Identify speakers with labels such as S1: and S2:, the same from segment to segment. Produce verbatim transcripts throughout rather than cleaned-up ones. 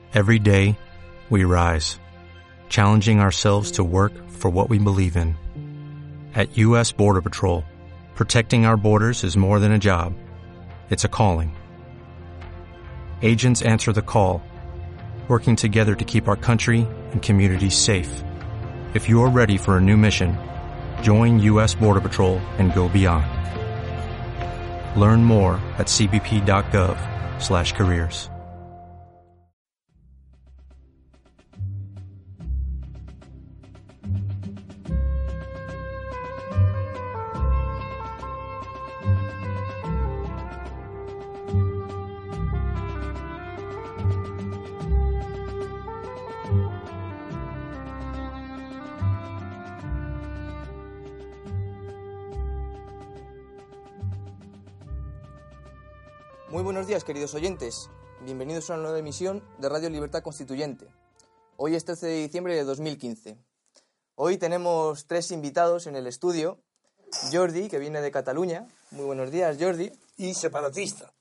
S1: Every day, we rise, challenging ourselves to work for what we believe in. At U S Border Patrol, protecting our borders is more than a job. It's a calling. Agents answer the call, working together to keep our country and communities safe. If you're ready for a new mission, join U S Border Patrol and go beyond. Learn more at c b p dot gov slash careers.
S2: Muy buenos días, queridos oyentes. Bienvenidos a una nueva emisión de Radio Libertad Constituyente. Hoy es trece de diciembre de dos mil quince. Hoy tenemos tres invitados en el estudio. Jordi, que viene de Cataluña. Muy buenos días, Jordi.
S3: Y separatista.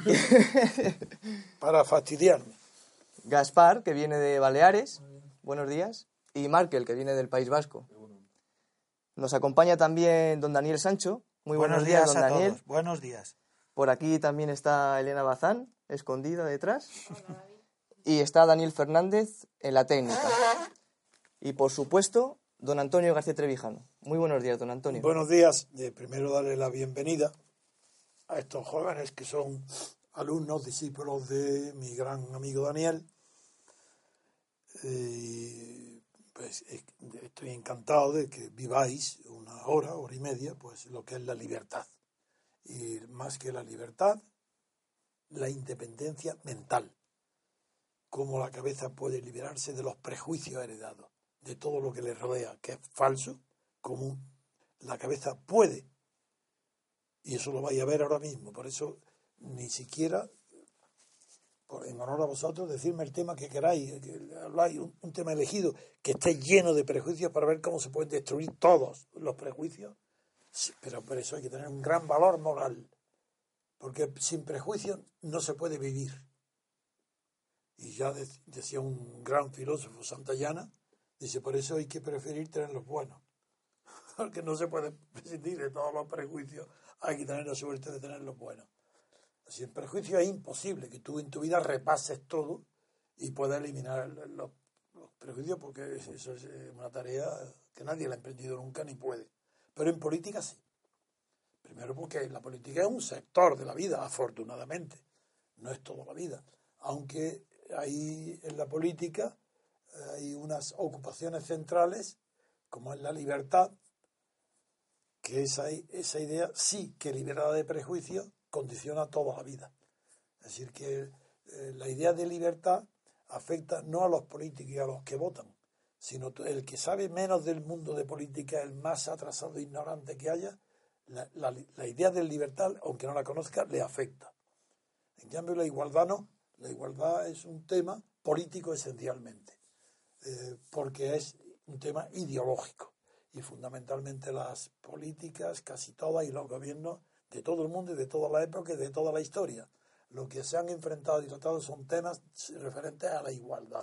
S3: Para fastidiarme.
S2: Gaspar, que viene de Baleares. Buenos días. Y Markel, que viene del País Vasco. Nos acompaña también don Daniel Sancho. Muy buenos, buenos días, días, don
S3: a
S2: Daniel.
S3: Todos. Buenos días.
S2: Por aquí también está Elena Bazán, escondida detrás. Y está Daniel Fernández en la técnica. Y por supuesto, don Antonio García Trevijano. Muy buenos días, don Antonio.
S3: Buenos días. De primero darle la bienvenida a estos jóvenes que son alumnos, discípulos de mi gran amigo Daniel. Eh, pues estoy encantado de que viváis una hora, hora y media, pues lo que es la libertad. Y más que la libertad, la independencia mental. Cómo la cabeza puede liberarse de los prejuicios heredados, de todo lo que le rodea, que es falso, como la cabeza puede. Y eso lo vais a ver ahora mismo. Por eso, ni siquiera, por, en honor a vosotros, decirme el tema que queráis, que habláis, un, un tema elegido, que esté lleno de prejuicios para ver cómo se pueden destruir todos los prejuicios. Sí, pero por eso hay que tener un gran valor moral, porque sin prejuicios no se puede vivir. Y ya de, decía un gran filósofo santayana, dice, por eso hay que preferir tener los buenos, porque no se puede prescindir de todos los prejuicios, hay que tener la suerte de tener los buenos. Sin prejuicio es imposible que tú en tu vida repases todo y puedas eliminar los, los prejuicios, porque eso es una tarea que nadie la ha emprendido nunca ni puede. Pero en política sí. Primero porque la política es un sector de la vida, afortunadamente. No es toda la vida. Aunque hay en la política hay unas ocupaciones centrales, como es la libertad, que esa, esa idea sí que liberada de prejuicios condiciona toda la vida. Es decir, que eh, la idea de libertad afecta no a los políticos y a los que votan, sino el que sabe menos del mundo de política, el más atrasado e ignorante que haya, la, la, la idea de libertad, aunque no la conozca, le afecta. En cambio, la igualdad no. La igualdad es un tema político esencialmente, eh, porque es un tema ideológico. Y fundamentalmente las políticas, casi todas, y los gobiernos de todo el mundo y de toda la época y de toda la historia, lo que se han enfrentado y tratado son temas referentes a la igualdad.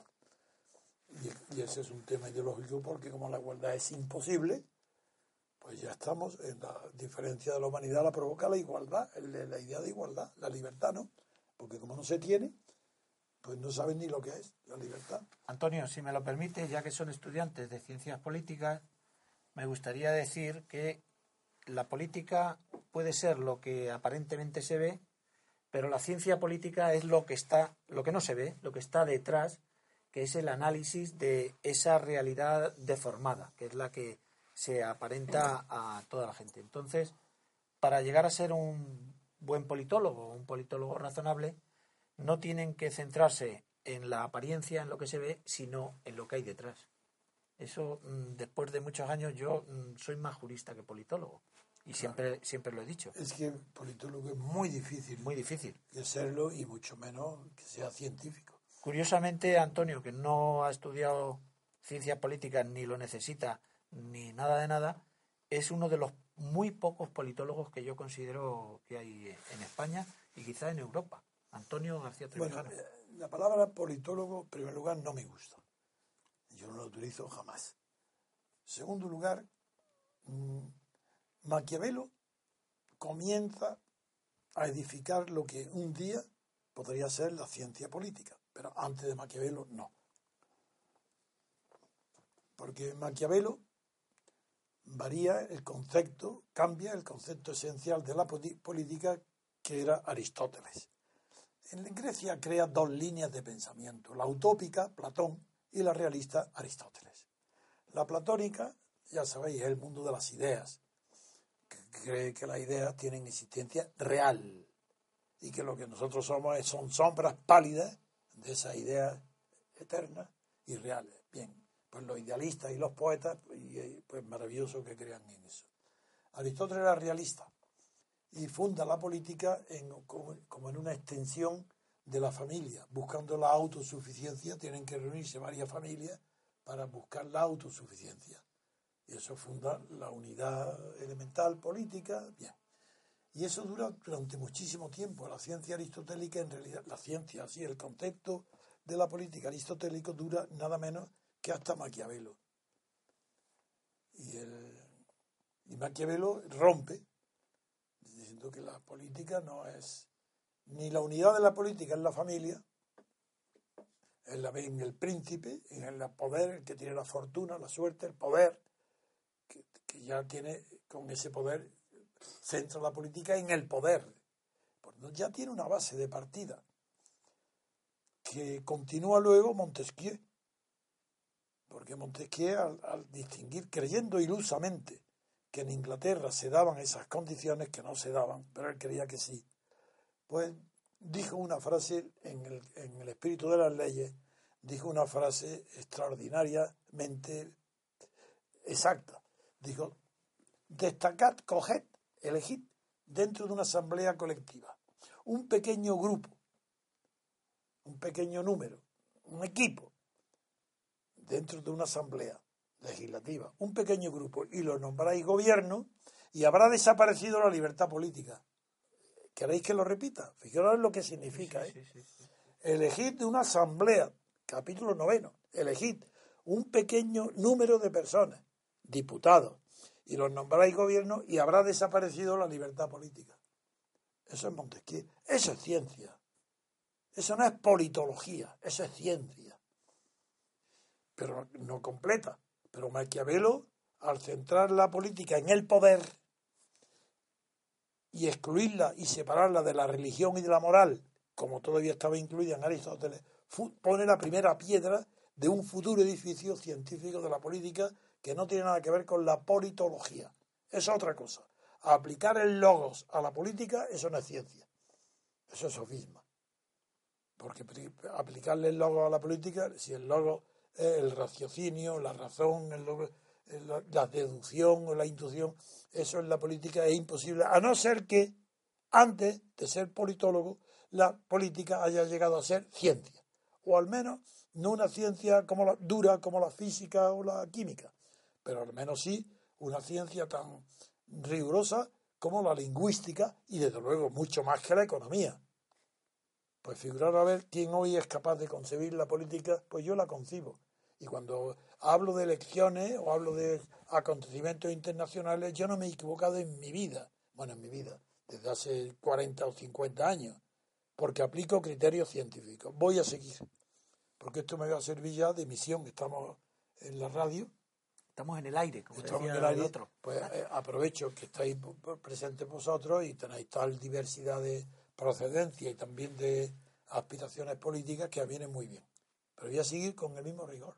S3: Y ese es un tema ideológico porque como la igualdad es imposible, pues ya estamos en la diferencia de la humanidad, la provoca la igualdad, la idea de igualdad, la libertad no, porque como no se tiene, pues no saben ni lo que es la libertad.
S4: Antonio, si me lo permite, ya que son estudiantes de ciencias políticas, me gustaría decir que la política puede ser lo que aparentemente se ve, pero la ciencia política es lo que está, lo que no se ve, lo que está detrás, que es el análisis de esa realidad deformada, que es la que se aparenta a toda la gente. Entonces, para llegar a ser un buen politólogo, un politólogo razonable, no tienen que centrarse en la apariencia, en lo que se ve, sino en lo que hay detrás. Eso, después de muchos años, yo soy más jurista que politólogo. Y siempre, claro. siempre lo he dicho.
S3: Es que politólogo es muy difícil.
S4: Muy difícil.
S3: Que serlo y mucho menos que sea científico.
S4: Curiosamente, Antonio, que no ha estudiado ciencias políticas, ni lo necesita, ni nada de nada, es uno de los muy pocos politólogos que yo considero que hay en España y quizá en Europa. Antonio García Trevijano.
S3: Bueno, la palabra politólogo, en primer lugar, no me gusta. Yo no la utilizo jamás. En segundo lugar, mmm, Maquiavelo comienza a edificar lo que un día podría ser la ciencia política, pero antes de Maquiavelo no. Porque Maquiavelo varía el concepto, cambia el concepto esencial de la política, que era Aristóteles. En Grecia crea dos líneas de pensamiento, la utópica, Platón, y la realista, Aristóteles. La platónica, ya sabéis, es el mundo de las ideas, que cree que las ideas tienen existencia real y que lo que nosotros somos son sombras pálidas de esas ideas eternas y reales. Bien, pues los idealistas y los poetas, y pues maravilloso que crean en eso. Aristóteles era realista y funda la política en, como, como en una extensión de la familia, buscando la autosuficiencia. Tienen que reunirse varias familias para buscar la autosuficiencia. Y eso funda la unidad elemental política. Bien. Y eso dura durante muchísimo tiempo. La ciencia aristotélica, en realidad, la ciencia, así, el concepto de la política aristotélico dura nada menos que hasta Maquiavelo. Y, el, y Maquiavelo rompe, diciendo que la política no es, ni la unidad de la política en la familia, en, la, en el príncipe, en el poder, el que tiene la fortuna, la suerte, el poder, que, que ya tiene, con ese poder, centra la política en el poder. Pues ya tiene una base de partida, que continúa luego Montesquieu, porque Montesquieu, al, al distinguir, creyendo ilusamente que en Inglaterra se daban esas condiciones, que no se daban, pero él creía que sí, pues dijo una frase en el, en el espíritu de las leyes, dijo una frase extraordinariamente exacta. Dijo: destacad, coged, elegid dentro de una asamblea colectiva un pequeño grupo, un pequeño número, un equipo, dentro de una asamblea legislativa, un pequeño grupo, y lo nombráis gobierno, y habrá desaparecido la libertad política. ¿Queréis que lo repita? Fijaros lo que significa. Sí, sí, sí, sí, sí. Elegid de una asamblea, capítulo noveno, elegid un pequeño número de personas, diputados, y los nombráis gobierno, y habrá desaparecido la libertad política. Eso es Montesquieu. Eso es ciencia. Eso no es politología, eso es ciencia. Pero no completa. Pero Maquiavelo, al centrar la política en el poder y excluirla y separarla de la religión y de la moral, como todavía estaba incluida en Aristóteles, pone la primera piedra de un futuro edificio científico de la política que no tiene nada que ver con la politología. Es otra cosa. Aplicar el logos a la política, eso no es ciencia. Eso es sofisma. Porque aplicarle el logos a la política, si el logos es el raciocinio, la razón, el logos, la, la deducción o la intuición, eso en la política es imposible, a no ser que antes de ser politólogo la política haya llegado a ser ciencia, o al menos no una ciencia como la, dura como la física o la química, pero al menos sí una ciencia tan rigurosa como la lingüística, y desde luego mucho más que la economía. Pues figurar a ver quién hoy es capaz de concebir la política, pues yo la concibo. Y cuando hablo de elecciones o hablo de acontecimientos internacionales, yo no me he equivocado en mi vida, bueno, en mi vida, desde hace cuarenta o cincuenta años, porque aplico criterios científicos. Voy a seguir, porque esto me va a servir ya de misión. Estamos en la radio.
S4: Estamos en el aire, como
S3: Estamos
S4: decía
S3: en el aire,
S4: el otro.
S3: Pues eh, aprovecho que estáis presentes vosotros y tenéis tal diversidad de procedencia y también de aspiraciones políticas que vienen muy bien. Pero voy a seguir con el mismo rigor.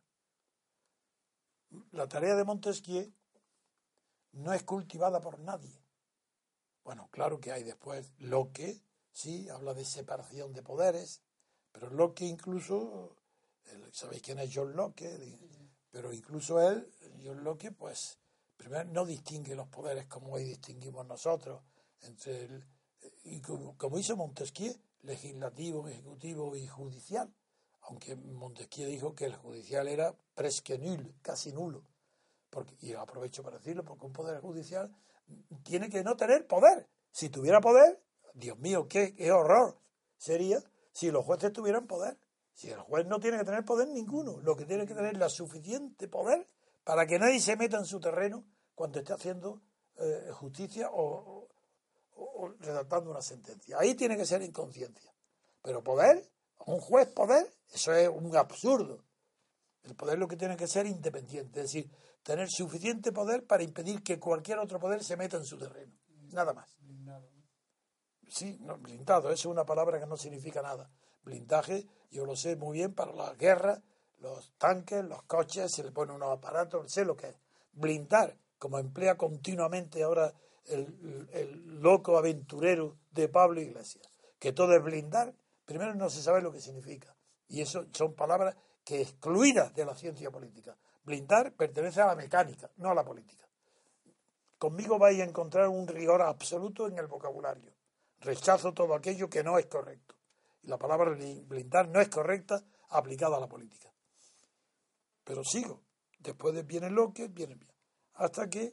S3: La tarea de Montesquieu no es cultivada por nadie. Bueno, claro que hay después Locke, sí, habla de separación de poderes, pero Locke incluso, ¿sabéis quién es John Locke? Pero incluso él, John Locke, pues, primero no distingue los poderes como hoy distinguimos nosotros, entre el, y como, como hizo Montesquieu, legislativo, ejecutivo y judicial, aunque Montesquieu dijo que el judicial era presque nul, casi nulo, porque, y aprovecho para decirlo, porque un poder judicial tiene que no tener poder. Si tuviera poder, Dios mío, qué, qué horror sería si los jueces tuvieran poder. Si el juez no tiene que tener poder ninguno, lo que tiene que tener es la suficiente poder para que nadie se meta en su terreno cuando esté haciendo eh, justicia o, o, o redactando una sentencia. Ahí tiene que ser en conciencia. Pero poder, un juez poder, eso es un absurdo. El poder lo que tiene que ser independiente, es decir, tener suficiente poder para impedir que cualquier otro poder se meta en su terreno. Nada más. Sí, no, blindado, eso es una palabra que no significa nada. Blindaje, yo lo sé muy bien para las guerras, los tanques, los coches, se le ponen unos aparatos, sé lo que es. Blindar, como emplea continuamente ahora el, el loco aventurero de Pablo Iglesias, que todo es blindar, primero no se sabe lo que significa. Y eso son palabras que excluidas de la ciencia política. Blindar pertenece a la mecánica, no a la política. Conmigo vais a encontrar un rigor absoluto en el vocabulario. Rechazo todo aquello que no es correcto. Y la palabra blindar no es correcta aplicada a la política. Pero sigo. Después de viene Locke, viene bien. Hasta que...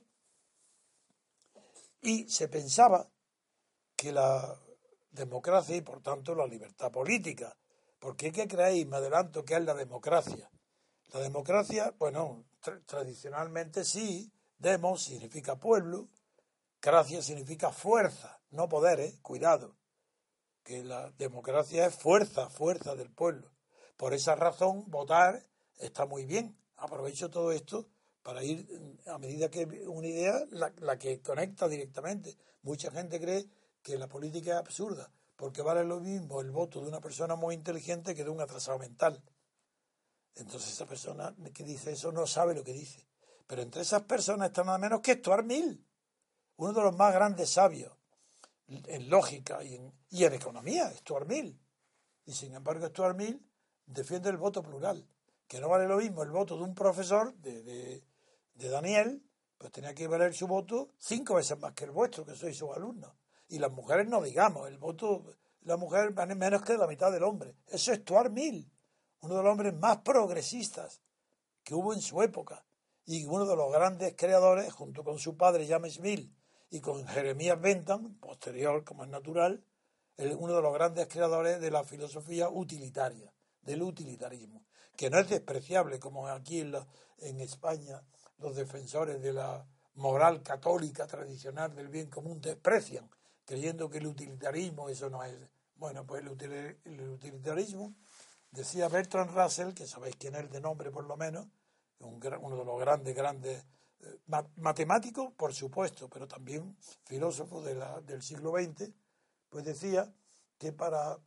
S3: Y se pensaba que la democracia y por tanto la libertad política. Porque ¿qué creéis? Me adelanto, ¿qué es la democracia? La democracia, bueno, tra- tradicionalmente sí, demos significa pueblo, gracia significa fuerza, no poder, ¿eh? Cuidado, que la democracia es fuerza, fuerza del pueblo. Por esa razón, votar está muy bien. Aprovecho todo esto para ir, a medida que una idea, la, la que conecta directamente. Mucha gente cree que la política es absurda, porque vale lo mismo el voto de una persona muy inteligente que de un atrasado mental. Entonces esa persona que dice eso no sabe lo que dice. Pero entre esas personas está nada menos que Stuart Mill, uno de los más grandes sabios en lógica y en, y en economía, Stuart Mill. Y sin embargo Stuart Mill defiende el voto plural, que no vale lo mismo el voto de un profesor de, de, de Daniel, pues tenía que valer su voto cinco veces más que el vuestro, que sois sus alumnos. Y las mujeres no digamos, el voto de la mujer vale menos que la mitad del hombre. Eso es Stuart Mill, uno de los hombres más progresistas que hubo en su época, y uno de los grandes creadores, junto con su padre James Mill y con Jeremías Bentham, posterior como es natural, el, uno de los grandes creadores de la filosofía utilitaria, del utilitarismo, que no es despreciable como aquí en, la, en España los defensores de la moral católica tradicional del bien común desprecian, creyendo que el utilitarismo eso no es. Bueno, pues el, util, el utilitarismo, decía Bertrand Russell, que sabéis quién es de nombre por lo menos, un, uno de los grandes, grandes eh, matemáticos, por supuesto, pero también filósofo de la, del siglo veinte, pues decía que para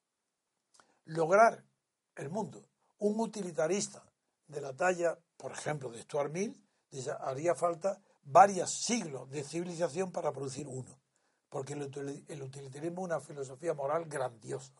S3: lograr el mundo, un utilitarista de la talla, por ejemplo, de Stuart Mill, dice, haría falta varios siglos de civilización para producir uno, porque el, el utilitarismo es una filosofía moral grandiosa.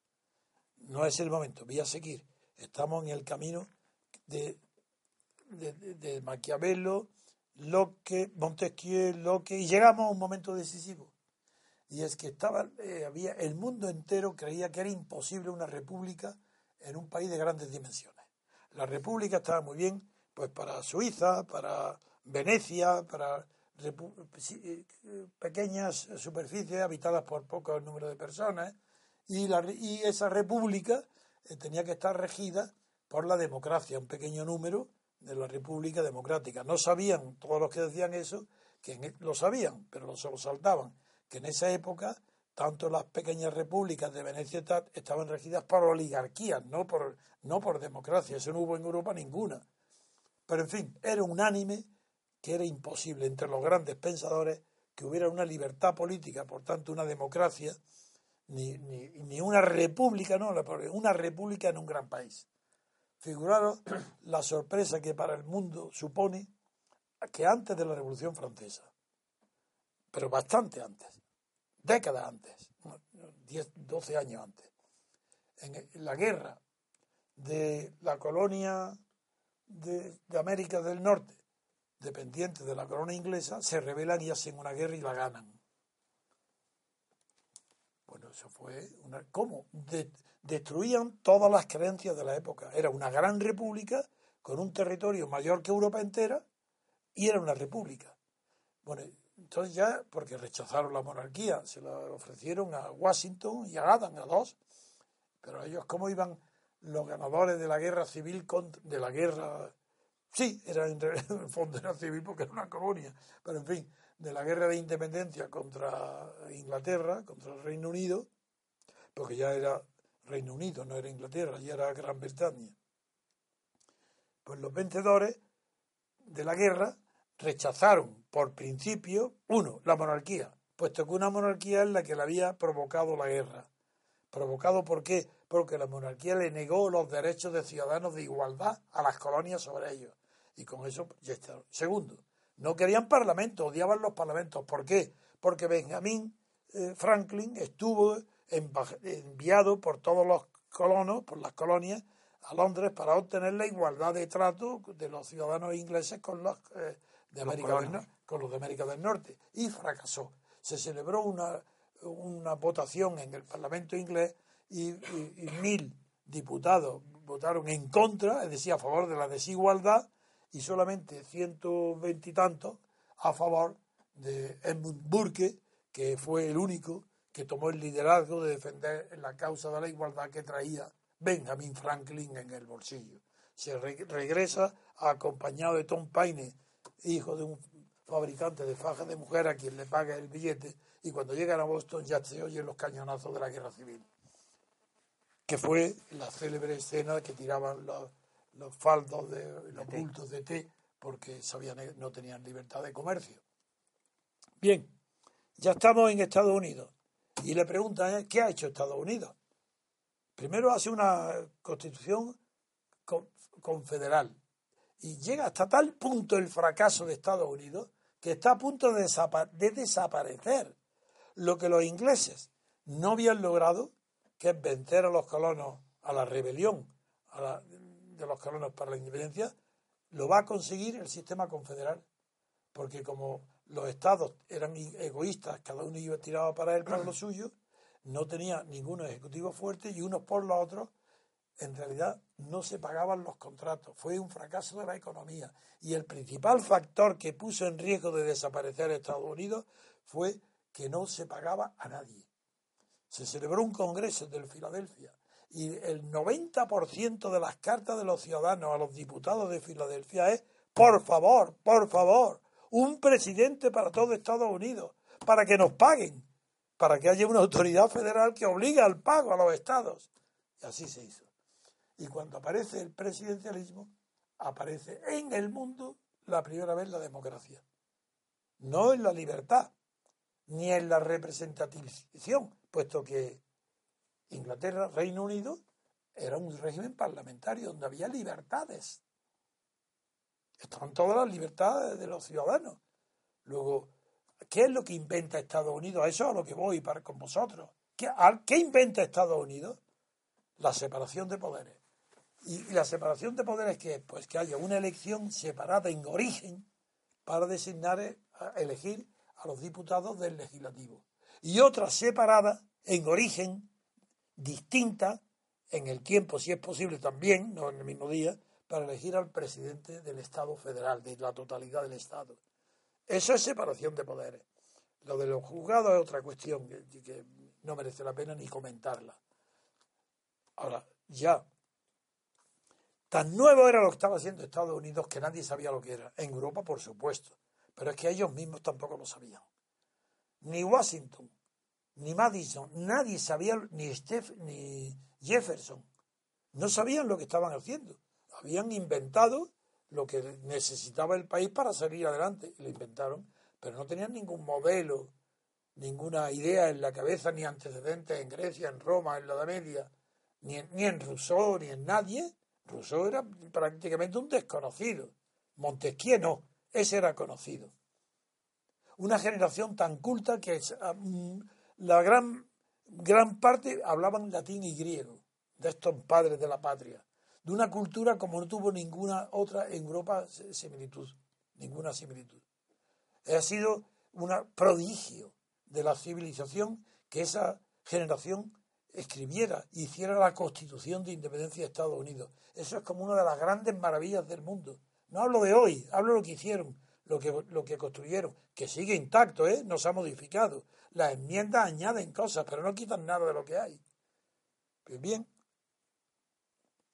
S3: No es el momento, voy a seguir. Estamos en el camino de, de, de, de Maquiavelo, Locke, Montesquieu, Locke, y llegamos a un momento decisivo. Y es que estaba, eh, había, el mundo entero creía que era imposible una república en un país de grandes dimensiones. La república estaba muy bien pues para Suiza, para Venecia, para repu- pequeñas superficies habitadas por poco número de personas, y, la, y esa república eh, tenía que estar regida por la democracia, un pequeño número de la república democrática. No sabían todos los que decían eso, que en, lo sabían, pero lo, lo saltaban, que en esa época tanto las pequeñas repúblicas de Venecia estaban regidas por oligarquías, no por, no por democracia. Eso no hubo en Europa ninguna. Pero en fin, era unánime que era imposible entre los grandes pensadores que hubiera una libertad política, por tanto una democracia, ni, ni, ni una república, no, una república en un gran país. Figuraros la sorpresa que para el mundo supone que antes de la Revolución Francesa, pero bastante antes, décadas antes, diez, doce años antes, en la guerra de la colonia de, de América del Norte, dependiente de la corona inglesa, se rebelan y hacen una guerra y la ganan. Bueno, eso fue una... ¿Cómo? De, destruían todas las creencias de la época. Era una gran república con un territorio mayor que Europa entera y era una república. Bueno, entonces ya, porque rechazaron la monarquía, se la ofrecieron a Washington y a Adams, a dos, pero ellos, ¿cómo iban los ganadores de la guerra civil, contra, de la guerra, sí, era en el fondo era civil porque era una colonia, pero en fin, de la guerra de independencia contra Inglaterra, contra el Reino Unido, porque ya era Reino Unido, no era Inglaterra, ya era Gran Bretaña. Pues los vencedores de la guerra rechazaron por principio, uno, la monarquía, puesto que una monarquía es la que le había provocado la guerra. ¿Provocado por qué? Porque la monarquía le negó los derechos de ciudadanos de igualdad a las colonias sobre ellos. Y con eso ya está. Segundo, no querían parlamentos, odiaban los parlamentos. ¿Por qué? Porque Benjamin eh, Franklin estuvo enviado por todos los colonos, por las colonias, a Londres para obtener la igualdad de trato de los ciudadanos ingleses con los, eh, de América del Norte, con los de América del Norte. Y fracasó. Se celebró una, una votación en el Parlamento inglés y, y, y mil diputados votaron en contra, es decir, a favor de la desigualdad, y solamente ciento veinte y tantos a favor de Edmund Burke, que fue el único que tomó el liderazgo de defender la causa de la igualdad que traía Benjamin Franklin en el bolsillo. Se re- regresa acompañado de Tom Paine, hijo de un fabricante de fajas de mujer a quien le paga el billete, y cuando llegan a Boston ya se oyen los cañonazos de la guerra civil, que fue la célebre escena que tiraban los, los faldos, de, los bultos de té, porque sabían, no tenían libertad de comercio. Bien, ya estamos en Estados Unidos, y le preguntan, ¿eh? ¿Qué ha hecho Estados Unidos? Primero hace una constitución confederal, y llega hasta tal punto el fracaso de Estados Unidos que está a punto de, desapa- de desaparecer lo que los ingleses no habían logrado, que es vencer a los colonos, a la rebelión a la, de los colonos para la independencia, lo va a conseguir el sistema confederal, porque como los estados eran egoístas, cada uno iba tirado para él, para lo suyo, no tenía ningún ejecutivo fuerte, y unos por los otros en realidad no se pagaban los contratos. Fue un fracaso de la economía, y el principal factor que puso en riesgo de desaparecer Estados Unidos fue que no se pagaba a nadie. Se celebró un congreso de Filadelfia y el noventa por ciento de las cartas de los ciudadanos a los diputados de Filadelfia es: por favor, por favor, un presidente para todo Estados Unidos, para que nos paguen, para que haya una autoridad federal que obligue al pago a los estados. Y así se hizo. Y cuando aparece el presidencialismo, aparece en el mundo la primera vez la democracia. No en la libertad, ni en la representación, puesto que Inglaterra, Reino Unido, era un régimen parlamentario donde había libertades. Estaban todas las libertades de los ciudadanos. Luego, ¿qué es lo que inventa Estados Unidos? A eso es a lo que voy para con vosotros. ¿Qué, ¿Qué inventa Estados Unidos? La separación de poderes. ¿Y, y la separación de poderes qué es? Pues que haya una elección separada en origen para designar, a elegir a los diputados del legislativo, y otra separada en origen, distinta en el tiempo, si es posible también, no en el mismo día, para elegir al presidente del Estado federal, de la totalidad del Estado. Eso es separación de poderes. Lo de los juzgados es otra cuestión que, que no merece la pena ni comentarla. Ahora, ya, tan nuevo era lo que estaba haciendo Estados Unidos que nadie sabía lo que era. En Europa, por supuesto, pero es que ellos mismos tampoco lo sabían. Ni Washington, ni Madison, nadie sabía, ni Steph, ni Jefferson, no sabían lo que estaban haciendo. Habían inventado lo que necesitaba el país para salir adelante, y lo inventaron, pero no tenían ningún modelo, ninguna idea en la cabeza, ni antecedentes en Grecia, en Roma, en la Edad Media, ni en, ni en Rousseau, ni en nadie. Rousseau era prácticamente un desconocido. Montesquieu no, ese era conocido. Una generación tan culta que um, la gran, gran parte hablaban latín y griego, de estos padres de la patria, de una cultura como no tuvo ninguna otra en Europa similitud, ninguna similitud. Ha sido un prodigio de la civilización que esa generación escribiera, hiciera la Constitución de Independencia de Estados Unidos. Eso es como una de las grandes maravillas del mundo. No hablo de hoy, hablo de lo que hicieron, lo que, lo que construyeron, que sigue intacto, ¿eh? No se ha modificado. Las enmiendas añaden cosas, pero no quitan nada de lo que hay. Pues bien,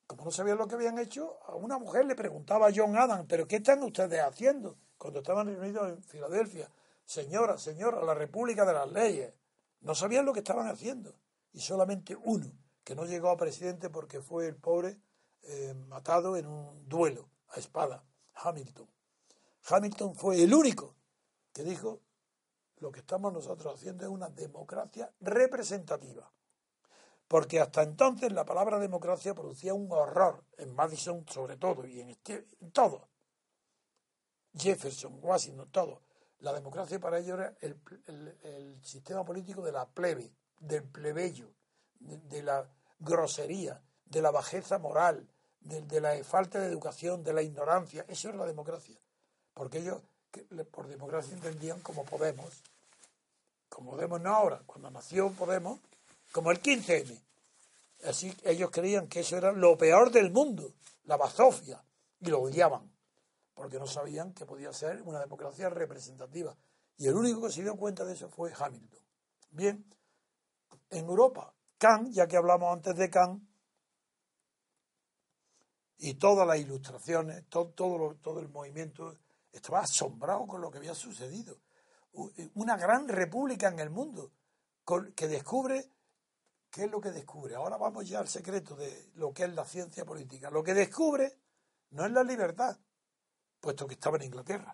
S3: como no sabían lo que habían hecho, a una mujer le preguntaba a John Adams, ¿pero qué están ustedes haciendo? Cuando estaban reunidos en Filadelfia, señora, señora, la República de las Leyes. No sabían lo que estaban haciendo. Y solamente uno, que no llegó a presidente porque fue el pobre eh, matado en un duelo a espada, Hamilton. Hamilton fue el único que dijo, lo que estamos nosotros haciendo es una democracia representativa. Porque hasta entonces la palabra democracia producía un horror, en Madison sobre todo, y en, este, en todo. Jefferson, Washington, todo. La democracia para ellos era el, el, el sistema político de la plebe, del plebeyo, de, de la grosería, de la bajeza moral, de, de la falta de educación, de la ignorancia. Eso era la democracia. Porque ellos, que, por democracia entendían como Podemos, como Podemos no ahora, cuando nació Podemos, como el quince eme. Así ellos creían que eso era lo peor del mundo, la bazofia, y lo odiaban, porque no sabían que podía ser una democracia representativa. Y el único que se dio cuenta de eso fue Hamilton. Bien, en Europa, Kant, ya que hablamos antes de Kant, y todas las ilustraciones, todo, todo, lo, todo el movimiento, estaba asombrado con lo que había sucedido. Una gran república en el mundo, con, que descubre, ¿qué es lo que descubre? Ahora vamos ya al secreto de lo que es la ciencia política. Lo que descubre no es la libertad, puesto que estaba en Inglaterra.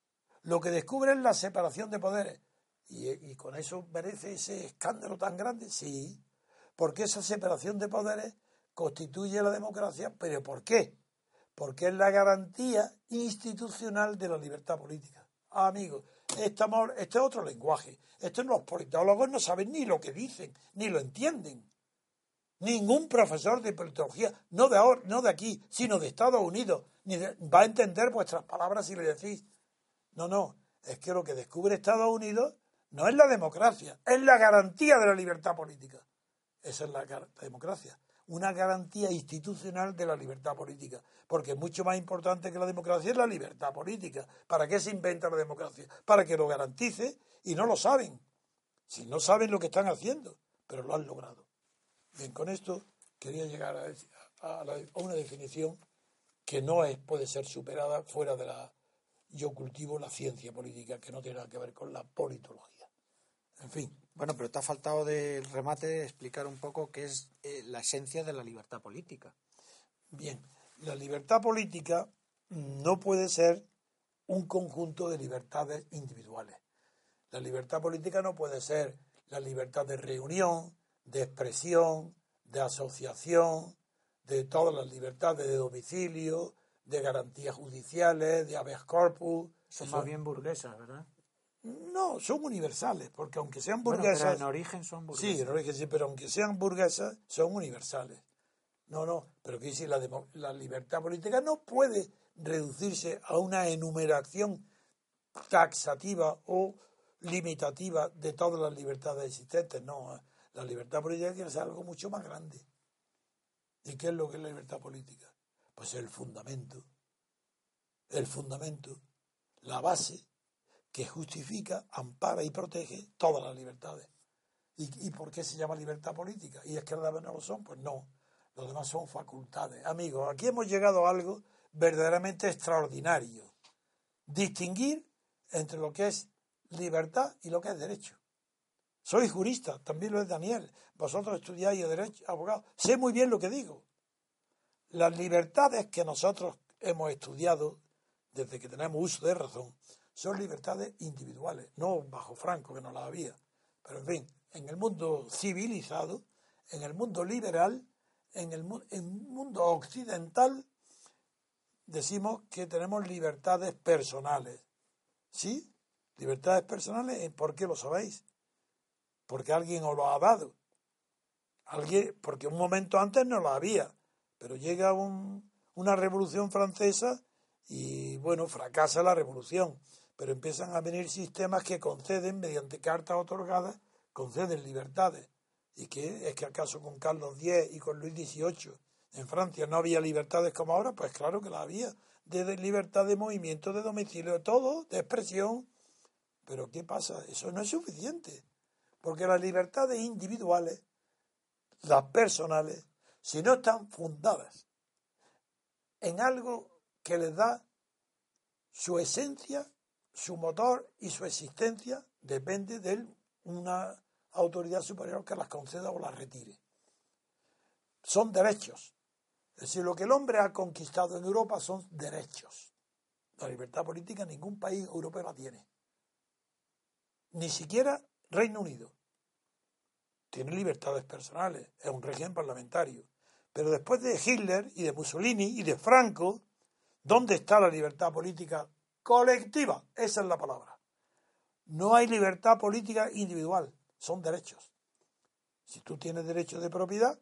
S3: Lo que descubre es la separación de poderes. Y, y con eso merece ese escándalo tan grande, sí, porque esa separación de poderes constituye la democracia. ¿Pero por qué? Porque es la garantía institucional de la libertad política. Ah, amigos, estamos, este es otro lenguaje. Estos los politólogos no saben ni lo que dicen, ni lo entienden. Ningún profesor de politología, no de ahora, no de aquí, sino de Estados Unidos, ni de, va a entender vuestras palabras si le decís. No, no, es que lo que descubre Estados Unidos no es la democracia, es la garantía de la libertad política. Esa es la, la democracia. Una garantía institucional de la libertad política, porque es mucho más importante que la democracia es la libertad política. ¿Para qué se inventa la democracia? Para que lo garantice, y no lo saben. Si no saben lo que están haciendo, pero lo han logrado. Bien, con esto quería llegar a, a, la, a una definición que no es, puede ser superada fuera de la... Yo cultivo la ciencia política, que no tiene nada que ver con la politología. En fin.
S4: Bueno, pero te ha faltado del remate de explicar un poco qué es eh, la esencia de la libertad política.
S3: Bien, la libertad política no puede ser un conjunto de libertades individuales. La libertad política no puede ser la libertad de reunión, de expresión, de asociación, de todas las libertades de domicilio, de garantías judiciales, de habeas corpus.
S4: Son más bien burguesas, ¿verdad?
S3: No, son universales, porque aunque sean
S4: Bueno,
S3: burguesas...
S4: pero en origen son burguesas.
S3: Sí, en origen sí, pero aunque sean burguesas, son universales. No, no, pero que decir, la, demo, la libertad política no puede reducirse a una enumeración taxativa o limitativa de todas las libertades existentes. No, la libertad política quiere ser algo mucho más grande. ¿Y qué es lo que es la libertad política? Pues el fundamento, el fundamento, la base que justifica, ampara y protege todas las libertades. ¿Y, y por qué se llama libertad política? ¿Y es que las demás no lo son? Pues no, los demás son facultades. Amigos, aquí hemos llegado a algo verdaderamente extraordinario. Distinguir entre lo que es libertad y lo que es derecho. Soy jurista, también lo es Daniel. Vosotros estudiáis derecho, abogado. Sé muy bien lo que digo. Las libertades que nosotros hemos estudiado desde que tenemos uso de razón son libertades individuales, no bajo Franco, que no las había. Pero en fin, en el mundo civilizado, en el mundo liberal, en el, en el mundo occidental, decimos que tenemos libertades personales. ¿Sí? Libertades personales, ¿por qué lo sabéis? Porque alguien os lo ha dado. Alguien, porque un momento antes no lo había, pero llega un, una revolución francesa y, bueno, fracasa la revolución. Pero empiezan a venir sistemas que conceden, mediante cartas otorgadas, conceden libertades. ¿Y qué? ¿Es que acaso con Carlos diez y con Luis dieciocho en Francia no había libertades como ahora? Pues claro que las había. De, de libertad de movimiento, de domicilio, de todo, de expresión. Pero ¿qué pasa? Eso no es suficiente. Porque las libertades individuales, las personales, si no están fundadas en algo que les da su esencia, su motor y su existencia, depende de una autoridad superior que las conceda o las retire. Son derechos. Es decir, lo que el hombre ha conquistado en Europa son derechos. La libertad política ningún país europeo la tiene. Ni siquiera Reino Unido. Tiene libertades personales, es un régimen parlamentario. Pero después de Hitler y de Mussolini y de Franco, ¿dónde está la libertad política colectiva? Esa es la palabra. No hay libertad política individual, son derechos. Si tú tienes derecho de propiedad,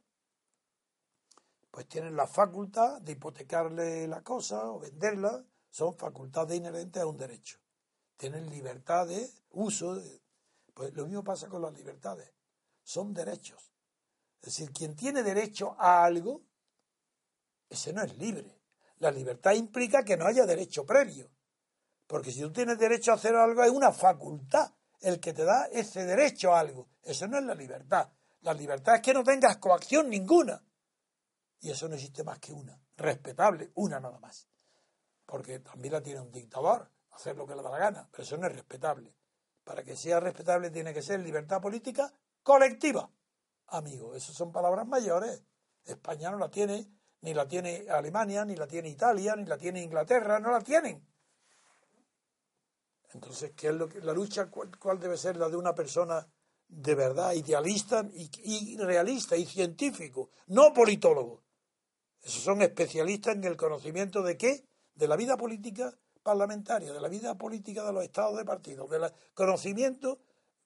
S3: pues tienes la facultad de hipotecarle la cosa o venderla, son facultades inherentes a un derecho. Tienes libertad de uso, de, pues lo mismo pasa con las libertades, son derechos. Es decir, quien tiene derecho a algo, ese no es libre. La libertad implica que no haya derecho previo. Porque si tú tienes derecho a hacer algo, es una facultad el que te da ese derecho a algo. Eso no es la libertad. La libertad es que no tengas coacción ninguna. Y eso no existe más que una. Respetable, una nada más. Porque también la tiene un dictador, hacer lo que le da la gana. Pero eso no es respetable. Para que sea respetable tiene que ser libertad política colectiva. Amigo, esas son palabras mayores. España no la tiene, ni la tiene Alemania, ni la tiene Italia, ni la tiene Inglaterra, no la tienen. Entonces, ¿qué es lo que la lucha? ¿Cuál, cuál debe ser la de una persona de verdad idealista y, y realista y científico, no politólogo? Esos son especialistas en el conocimiento de qué, de la vida política parlamentaria, de la vida política de los estados de partidos, del conocimiento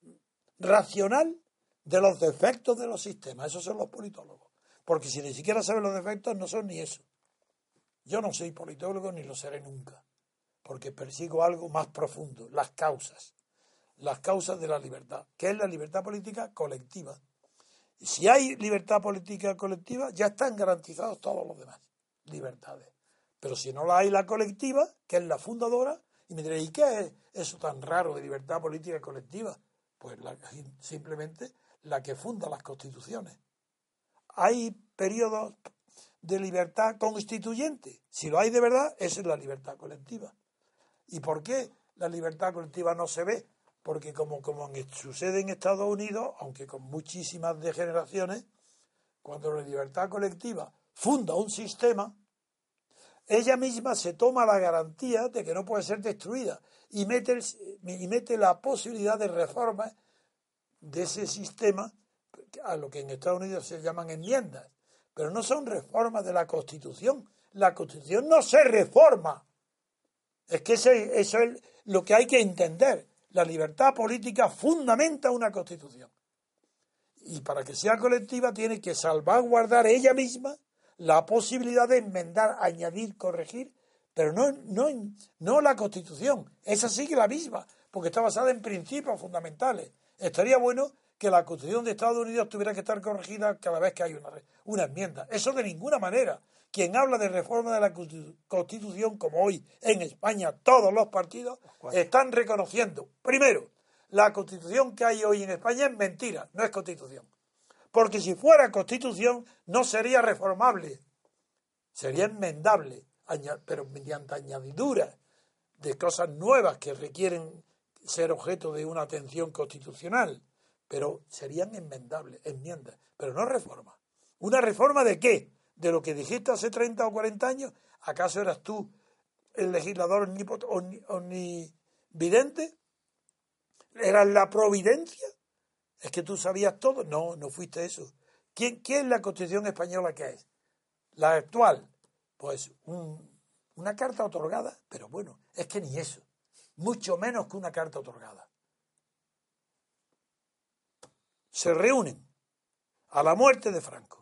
S3: racional de los defectos de los sistemas. Esos son los politólogos. Porque si ni siquiera saben los defectos, no son ni eso. Yo no soy politólogo ni lo seré nunca. Porque persigo algo más profundo, las causas. Las causas de la libertad, que es la libertad política colectiva. Y si hay libertad política colectiva, ya están garantizados todos los demás libertades. Pero si no la hay la colectiva, que es la fundadora, y me diréis, ¿y qué es eso tan raro de libertad política colectiva? Pues la, simplemente la que funda las constituciones. Hay periodos de libertad constituyente. Si lo hay de verdad, esa es la libertad colectiva. ¿Y por qué la libertad colectiva no se ve? Porque como, como sucede en Estados Unidos, aunque con muchísimas degeneraciones, cuando la libertad colectiva funda un sistema, ella misma se toma la garantía de que no puede ser destruida y mete, el, y mete la posibilidad de reformas de ese sistema, a lo que en Estados Unidos se llaman enmiendas, pero no son reformas de la Constitución. La Constitución no se reforma. Es que ese, eso es lo que hay que entender. La libertad política fundamenta una Constitución. Y para que sea colectiva tiene que salvaguardar ella misma la posibilidad de enmendar, añadir, corregir, pero no, no, no la Constitución. Esa sigue la misma, porque está basada en principios fundamentales. Estaría bueno que la Constitución de Estados Unidos tuviera que estar corregida cada vez que hay una, una enmienda. Eso de ninguna manera. Quien habla de reforma de la Constitución, como hoy en España todos los partidos están reconociendo, primero, la Constitución que hay hoy en España es mentira, no es Constitución. Porque si fuera Constitución no sería reformable, sería enmendable, pero mediante añadiduras de cosas nuevas que requieren ser objeto de una atención constitucional, pero serían enmendables, enmiendas, pero no reforma. ¿Una reforma de qué? ¿De lo que dijiste hace treinta o cuarenta años? ¿Acaso eras tú el legislador omnividente? ¿Eras la providencia? ¿Es que tú sabías todo? No, no fuiste eso. ¿Quién, ¿Qué es la Constitución española que es? La actual, pues un, una carta otorgada, pero bueno, es que ni eso. Mucho menos que una carta otorgada. Se reúnen a la muerte de Franco.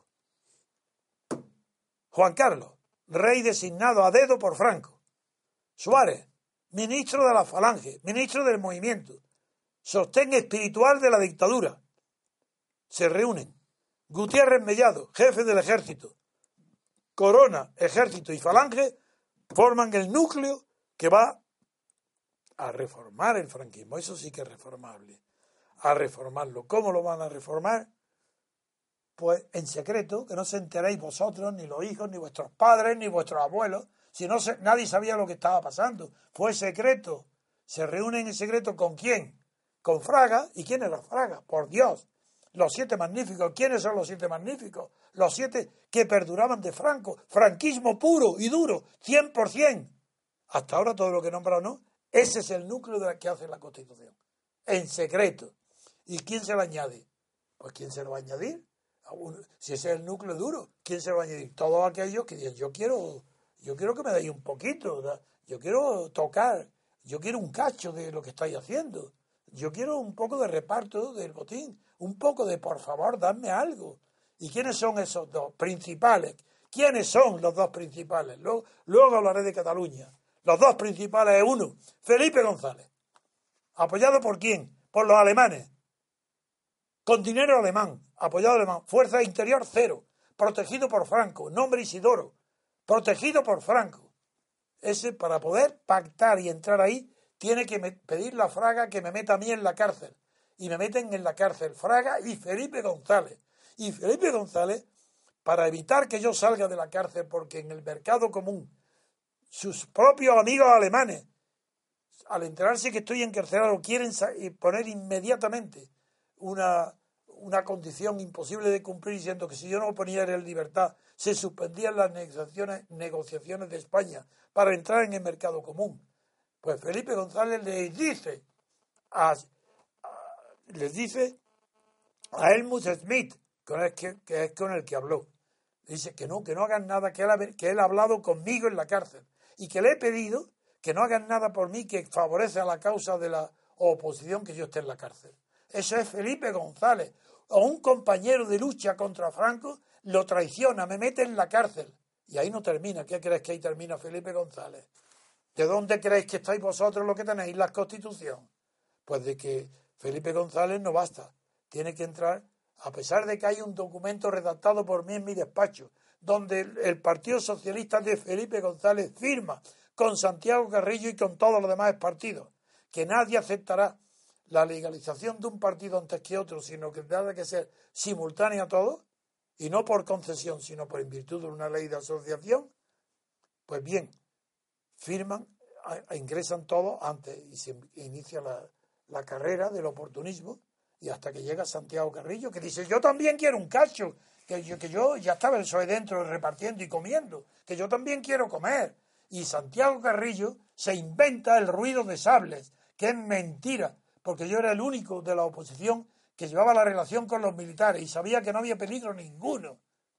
S3: Juan Carlos, rey designado a dedo por Franco. Suárez, ministro de la Falange, ministro del movimiento. Sostén espiritual de la dictadura. Se reúnen. Gutiérrez Mellado, jefe del ejército. Corona, ejército y Falange forman el núcleo que va a reformar el franquismo. Eso sí que es reformable. A reformarlo. ¿Cómo lo van a reformar? pues en secreto, que no se enteréis vosotros, ni los hijos, ni vuestros padres, ni vuestros abuelos, si no se, nadie sabía lo que estaba pasando. Fue secreto. Se reúnen en secreto ¿con quién? Con Fraga. ¿Y quién era Fraga? Por Dios. Los siete magníficos. ¿Quiénes son los siete magníficos? Los siete que perduraban de Franco. Franquismo puro y duro, cien por ciento. Hasta ahora todo lo que he nombrado, ¿no? Ese es el núcleo de la que hace la Constitución. En secreto. ¿Y quién se lo añade? Pues ¿quién se lo va a añadir? Si ese es el núcleo duro, ¿quién se lo va a añadir? Todos aquellos que digan, yo quiero, yo quiero que me deis un poquito, yo quiero tocar, yo quiero un cacho de lo que estáis haciendo, yo quiero un poco de reparto del botín, un poco de, por favor, dadme algo. ¿Y quiénes son esos dos principales? ¿Quiénes son los dos principales? Luego, luego hablaré de Cataluña. Los dos principales es uno, Felipe González. ¿Apoyado por quién? Por los alemanes. Con dinero alemán, apoyado alemán. Fuerza interior cero. Protegido por Franco. Nombre Isidoro. Protegido por Franco. Ese, para poder pactar y entrar ahí, tiene que me, pedir la Fraga que me meta a mí en la cárcel. Y me meten en la cárcel Fraga y Felipe González. Y Felipe González, para evitar que yo salga de la cárcel, porque en el mercado común, sus propios amigos alemanes, al enterarse que estoy encarcelado, quieren poner inmediatamente una, una condición imposible de cumplir, diciendo que si yo no ponía en libertad, se suspendían las negociaciones, negociaciones de España para entrar en el mercado común. Pues Felipe González les dice a, a, les dice a Helmut Schmidt, con el que, que es con el que habló, dice que no, que no hagan nada, que él, que él ha hablado conmigo en la cárcel y que le he pedido que no hagan nada por mí que favorece a la causa de la oposición que yo esté en la cárcel. Eso es Felipe González. O un compañero de lucha contra Franco lo traiciona, me mete en la cárcel. Y ahí no termina. ¿Qué crees que ahí termina Felipe González? ¿De dónde creéis que estáis vosotros lo que tenéis la Constitución? Pues de que Felipe González no basta. Tiene que entrar, a pesar de que hay un documento redactado por mí en mi despacho, donde el, el Partido Socialista de Felipe González firma con Santiago Carrillo y con todos los demás partidos, que nadie aceptará la legalización de un partido antes que otro, sino que tendrá que ser simultánea a todos, y no por concesión, sino por en virtud de una ley de asociación. Pues bien, firman, a, a ingresan todos antes y se inicia la, la carrera del oportunismo, y hasta que llega Santiago Carrillo, que dice, yo también quiero un cacho, que yo, que yo ya estaba el P S O E dentro repartiendo y comiendo, que yo también quiero comer. Y Santiago Carrillo se inventa el ruido de sables, que es mentira, porque yo era el único de la oposición que llevaba la relación con los militares y sabía que no había peligro ninguno.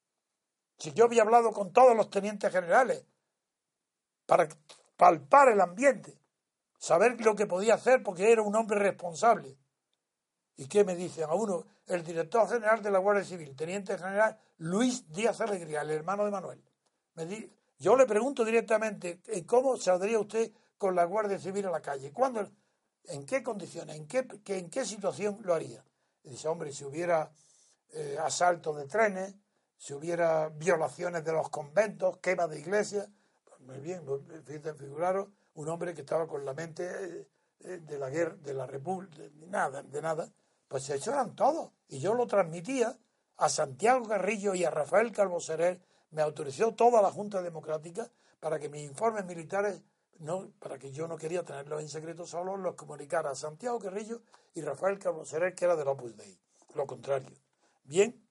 S3: Si yo había hablado con todos los tenientes generales para palpar el ambiente, saber lo que podía hacer, porque era un hombre responsable. ¿Y qué me dicen? A uno, el director general de la Guardia Civil, teniente general Luis Díaz Alegría, el hermano de Manuel. Me di, yo le pregunto directamente, ¿cómo saldría usted con la Guardia Civil a la calle? ¿Cuándo? ¿En qué condiciones? ¿En qué, que, en qué situación lo haría? Y dice, hombre, si hubiera eh, asaltos de trenes, si hubiera violaciones de los conventos, quema de iglesias, pues muy bien, figuraros un hombre que estaba con la mente eh, de la guerra, de la república, de nada, de nada, pues eso eran todos. Y yo lo transmitía a Santiago Carrillo y a Rafael Calvo Serer, me autorizó toda la Junta Democrática para que mis informes militares, no, para que yo no quería tenerlos en secreto, solo los comunicara a Santiago Carrillo y Rafael Calvo Serer, que era del Opus Dei, lo contrario. Bien,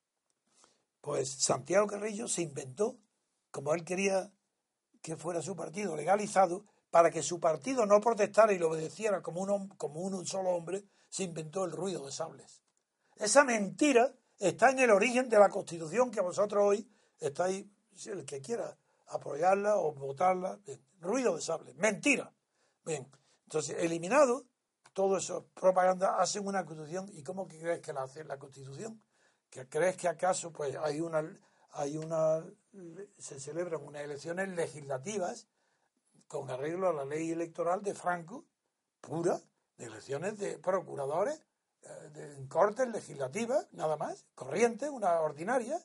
S3: pues Santiago Carrillo se inventó, como él quería que fuera su partido legalizado, para que su partido no protestara y lo obedeciera como un, como un solo hombre, se inventó el ruido de sables. Esa mentira está en el origen de la Constitución que vosotros hoy estáis, el que quiera apoyarla o votarla, bien, ruido de sable, mentira. Bien, entonces, eliminado todo eso, propaganda, hacen una Constitución. ¿Y cómo que crees que la hace la Constitución? ¿Que crees que acaso pues hay una, hay una, se celebran unas elecciones legislativas con arreglo a la ley electoral de Franco, pura, de elecciones de procuradores, de, de cortes legislativas, nada más, corriente, una ordinaria,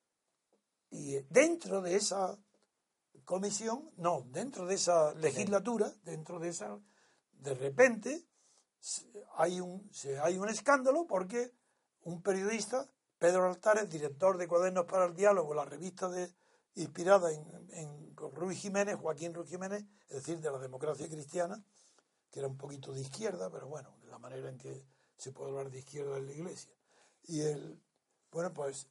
S3: y dentro de esa comisión, no, dentro de esa legislatura, dentro de esa, de repente hay un, hay un escándalo porque un periodista Pedro Altares, director de Cuadernos para el Diálogo, la revista de, inspirada en, en Ruy Jiménez, Joaquín Ruy Jiménez, es decir, de la democracia cristiana, que era un poquito de izquierda, pero bueno, la manera en que se puede hablar de izquierda en la Iglesia. Y él, bueno, pues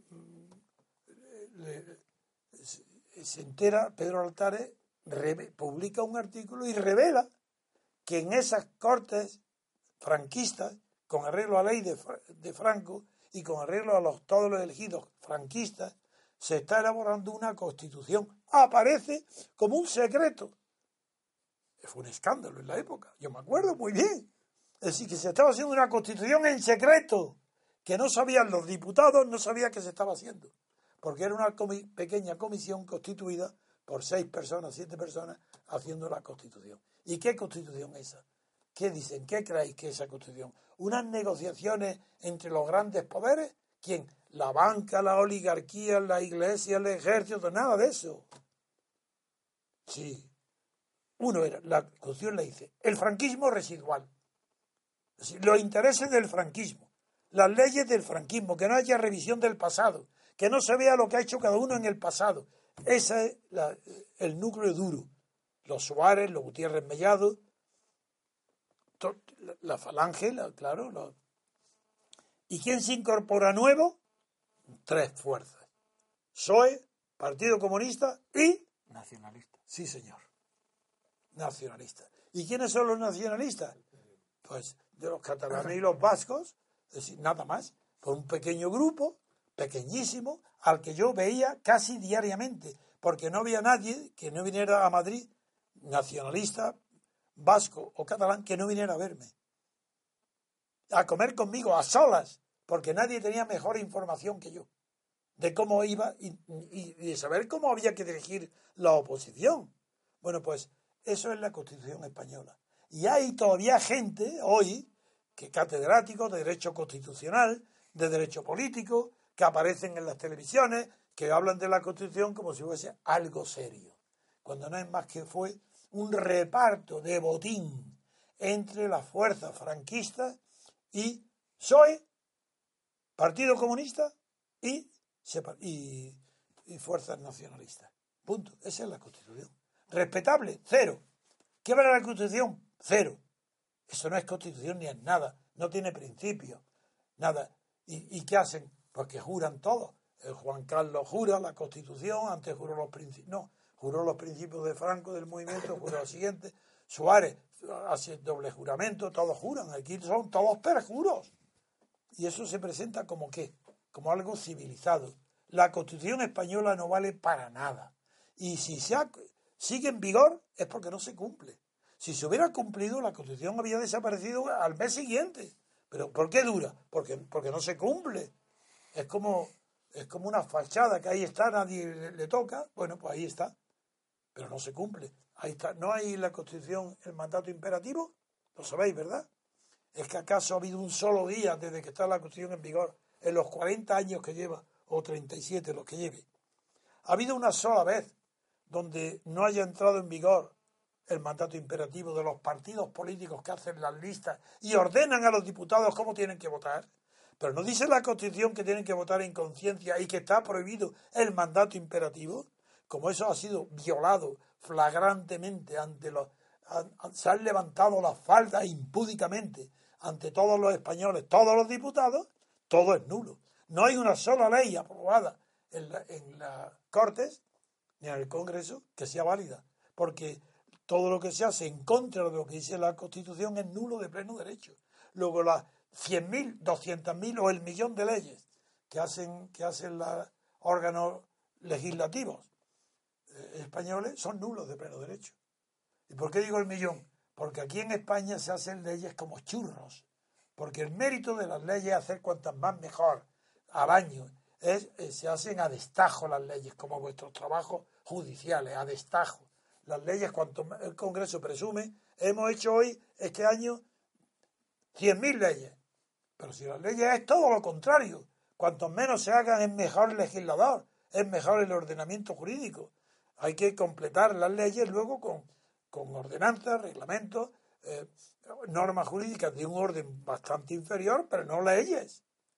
S3: le, se entera, Pedro Altares re, publica un artículo y revela que en esas cortes franquistas, con arreglo a la ley de, de Franco y con arreglo a los, todos los elegidos franquistas, se está elaborando una constitución. Aparece como un secreto. Fue un escándalo en la época, yo me acuerdo muy bien. Es decir, que se estaba haciendo una constitución en secreto, que no sabían los diputados, no sabían que se estaba haciendo, porque era una comi- pequeña comisión constituida por seis personas, siete personas, haciendo la constitución. ¿Y qué constitución es esa? ¿Qué dicen? ¿Qué creéis que es esa constitución? ¿Unas negociaciones entre los grandes poderes? ¿Quién? La banca, la oligarquía, la iglesia, el ejército, nada de eso. Sí. Uno era, la constitución le dice, el franquismo residual. Es decir, los intereses del franquismo, las leyes del franquismo, que no haya revisión del pasado, que no se vea lo que ha hecho cada uno en el pasado. Ese es la, el núcleo duro. Los Suárez, los Gutiérrez Mellado, to, la, la Falange, la, claro. La, ¿Y quién se incorpora nuevo? Tres fuerzas. P S O E, Partido Comunista y...
S4: Nacionalista.
S3: Sí, señor. Nacionalistas. ¿Y quiénes son los nacionalistas? Pues de los catalanes y los vascos, es decir, nada más, por un pequeño grupo, pequeñísimo, al que yo veía casi diariamente, porque no había nadie que no viniera a Madrid, nacionalista, vasco o catalán, que no viniera a verme. A comer conmigo, a solas, porque nadie tenía mejor información que yo, de cómo iba y, y, y de saber cómo había que dirigir la oposición. Bueno, pues eso es la Constitución española. Y hay todavía gente hoy, que catedráticos de Derecho Constitucional, de Derecho Político, que aparecen en las televisiones, que hablan de la Constitución como si fuese algo serio, cuando no es más que fue un reparto de botín entre las fuerzas franquistas y P S O E, Partido Comunista y, y, y fuerzas nacionalistas. Punto. Esa es la Constitución. Respetable, cero. ¿Qué vale la Constitución? Cero. Eso no es Constitución ni es nada. No tiene principios. Nada. ¿Y, y qué hacen? Pues que juran todos. El Juan Carlos jura la Constitución, antes juró los principios. No, juró los principios de Franco, del movimiento, juró lo siguiente. Suárez hace doble juramento, todos juran. Aquí son todos perjuros. Y eso se presenta como ¿qué? Como algo civilizado. La Constitución española no vale para nada. Y si se ha, sigue en vigor es porque no se cumple. Si se hubiera cumplido, la Constitución había desaparecido al mes siguiente. ¿Pero por qué dura? Porque, porque no se cumple. Es como, es como una fachada que ahí está, nadie le, le toca. Bueno, pues ahí está. Pero no se cumple. Ahí está. ¿No hay en la Constitución el mandato imperativo? Lo sabéis, ¿verdad? ¿Es que acaso ha habido un solo día desde que está la Constitución en vigor, en los cuarenta años que lleva, o treinta y siete los que lleve? ¿Ha habido una sola vez donde no haya entrado en vigor el mandato imperativo de los partidos políticos que hacen las listas y ordenan a los diputados cómo tienen que votar? Pero no dice la Constitución que tienen que votar en conciencia y que está prohibido el mandato imperativo. Como eso ha sido violado flagrantemente ante los... se han levantado las faldas impúdicamente ante todos los españoles, todos los diputados, todo es nulo. No hay una sola ley aprobada en, la, en las Cortes ni en el Congreso que sea válida, porque todo lo que se hace en contra de lo que dice la Constitución es nulo de pleno derecho. Luego las cien mil, doscientas mil o el millón de leyes que hacen, que hacen los órganos legislativos eh, españoles son nulos de pleno derecho. ¿Y por qué digo el millón? Porque aquí en España se hacen leyes como churros, porque el mérito de las leyes es hacer cuantas más mejor al año. Es, es, se hacen a destajo las leyes, como vuestros trabajos judiciales, a destajo. Las leyes, cuanto el Congreso presume, hemos hecho hoy, este año, cien mil leyes. Pero si las leyes es todo lo contrario, cuanto menos se hagan es mejor el legislador, es mejor el ordenamiento jurídico. Hay que completar las leyes luego con, con ordenanzas, reglamentos, eh, normas jurídicas de un orden bastante inferior, pero no leyes.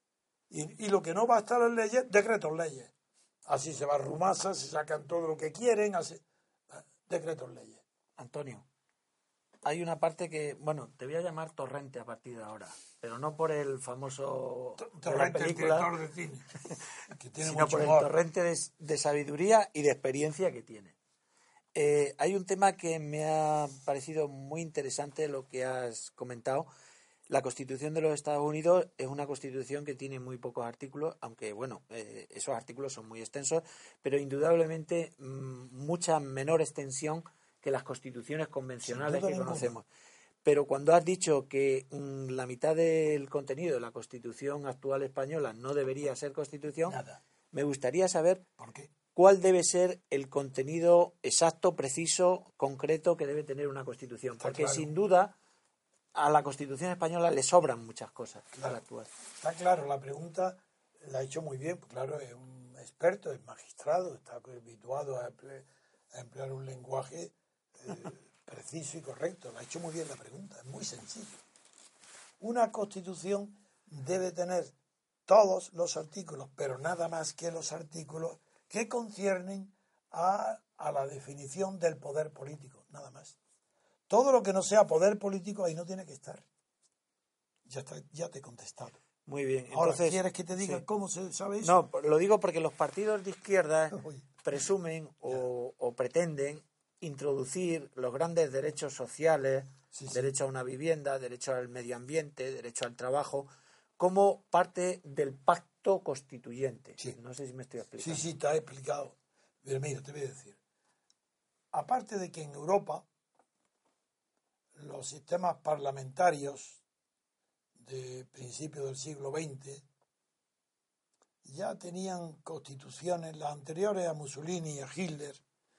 S3: Y, y lo que no va a estar en leyes, decretos leyes. Así se va a Rumasa, se sacan todo lo que quieren, así, decretos leyes.
S4: Antonio, hay una parte que, bueno, te voy a llamar Torrente a partir de ahora, pero no por el famoso
S3: Torrente,
S4: de la
S3: el
S4: película,
S3: director de cine, que tiene
S4: sino
S3: mucho
S4: por
S3: humor.
S4: el torrente de, de sabiduría y de experiencia que tiene. Eh, hay un tema que me ha parecido muy interesante lo que has comentado. La Constitución de los Estados Unidos es una Constitución que tiene muy pocos artículos, aunque bueno, eh, esos artículos son muy extensos, pero indudablemente mmm, mucha menor extensión que las constituciones convencionales que conocemos. Pero cuando has dicho que mmm, la mitad del contenido de la Constitución actual española no debería ser Constitución,
S3: Nada.
S4: Me gustaría saber
S3: ¿Por qué?
S4: cuál debe ser el contenido exacto, preciso, concreto que debe tener una Constitución.
S3: Está
S4: Porque
S3: claro.
S4: sin duda a la Constitución española le sobran muchas cosas
S3: Claro.
S4: para actuar.
S3: Está claro, la pregunta la ha hecho muy bien, pues claro, es un experto, es magistrado, está habituado a, emple- a emplear un lenguaje eh, preciso y correcto. La ha hecho muy bien la pregunta, es muy sencillo. Una Constitución debe tener todos los artículos, pero nada más que los artículos que conciernen a, a la definición del poder político, nada más. Todo lo que no sea poder político ahí no tiene que estar. Ya, está, ya te he contestado.
S4: Muy bien.
S3: Ahora,
S4: Entonces,
S3: ¿quieres que te diga
S4: sí.
S3: cómo se sabe eso?
S4: No, lo digo porque los partidos de izquierda
S3: Uy.
S4: presumen o, o pretenden introducir los grandes derechos sociales,
S3: Sí, sí.
S4: derecho a una vivienda, derecho al medio ambiente, derecho al trabajo, como parte del pacto constituyente.
S3: Sí.
S4: No sé si me estoy
S3: Sí,
S4: explicando.
S3: sí, te ha explicado. Pero mira, te voy a decir. Aparte de que en Europa los sistemas parlamentarios de principios del siglo veinte ya tenían constituciones, las anteriores a Mussolini y a Hitler,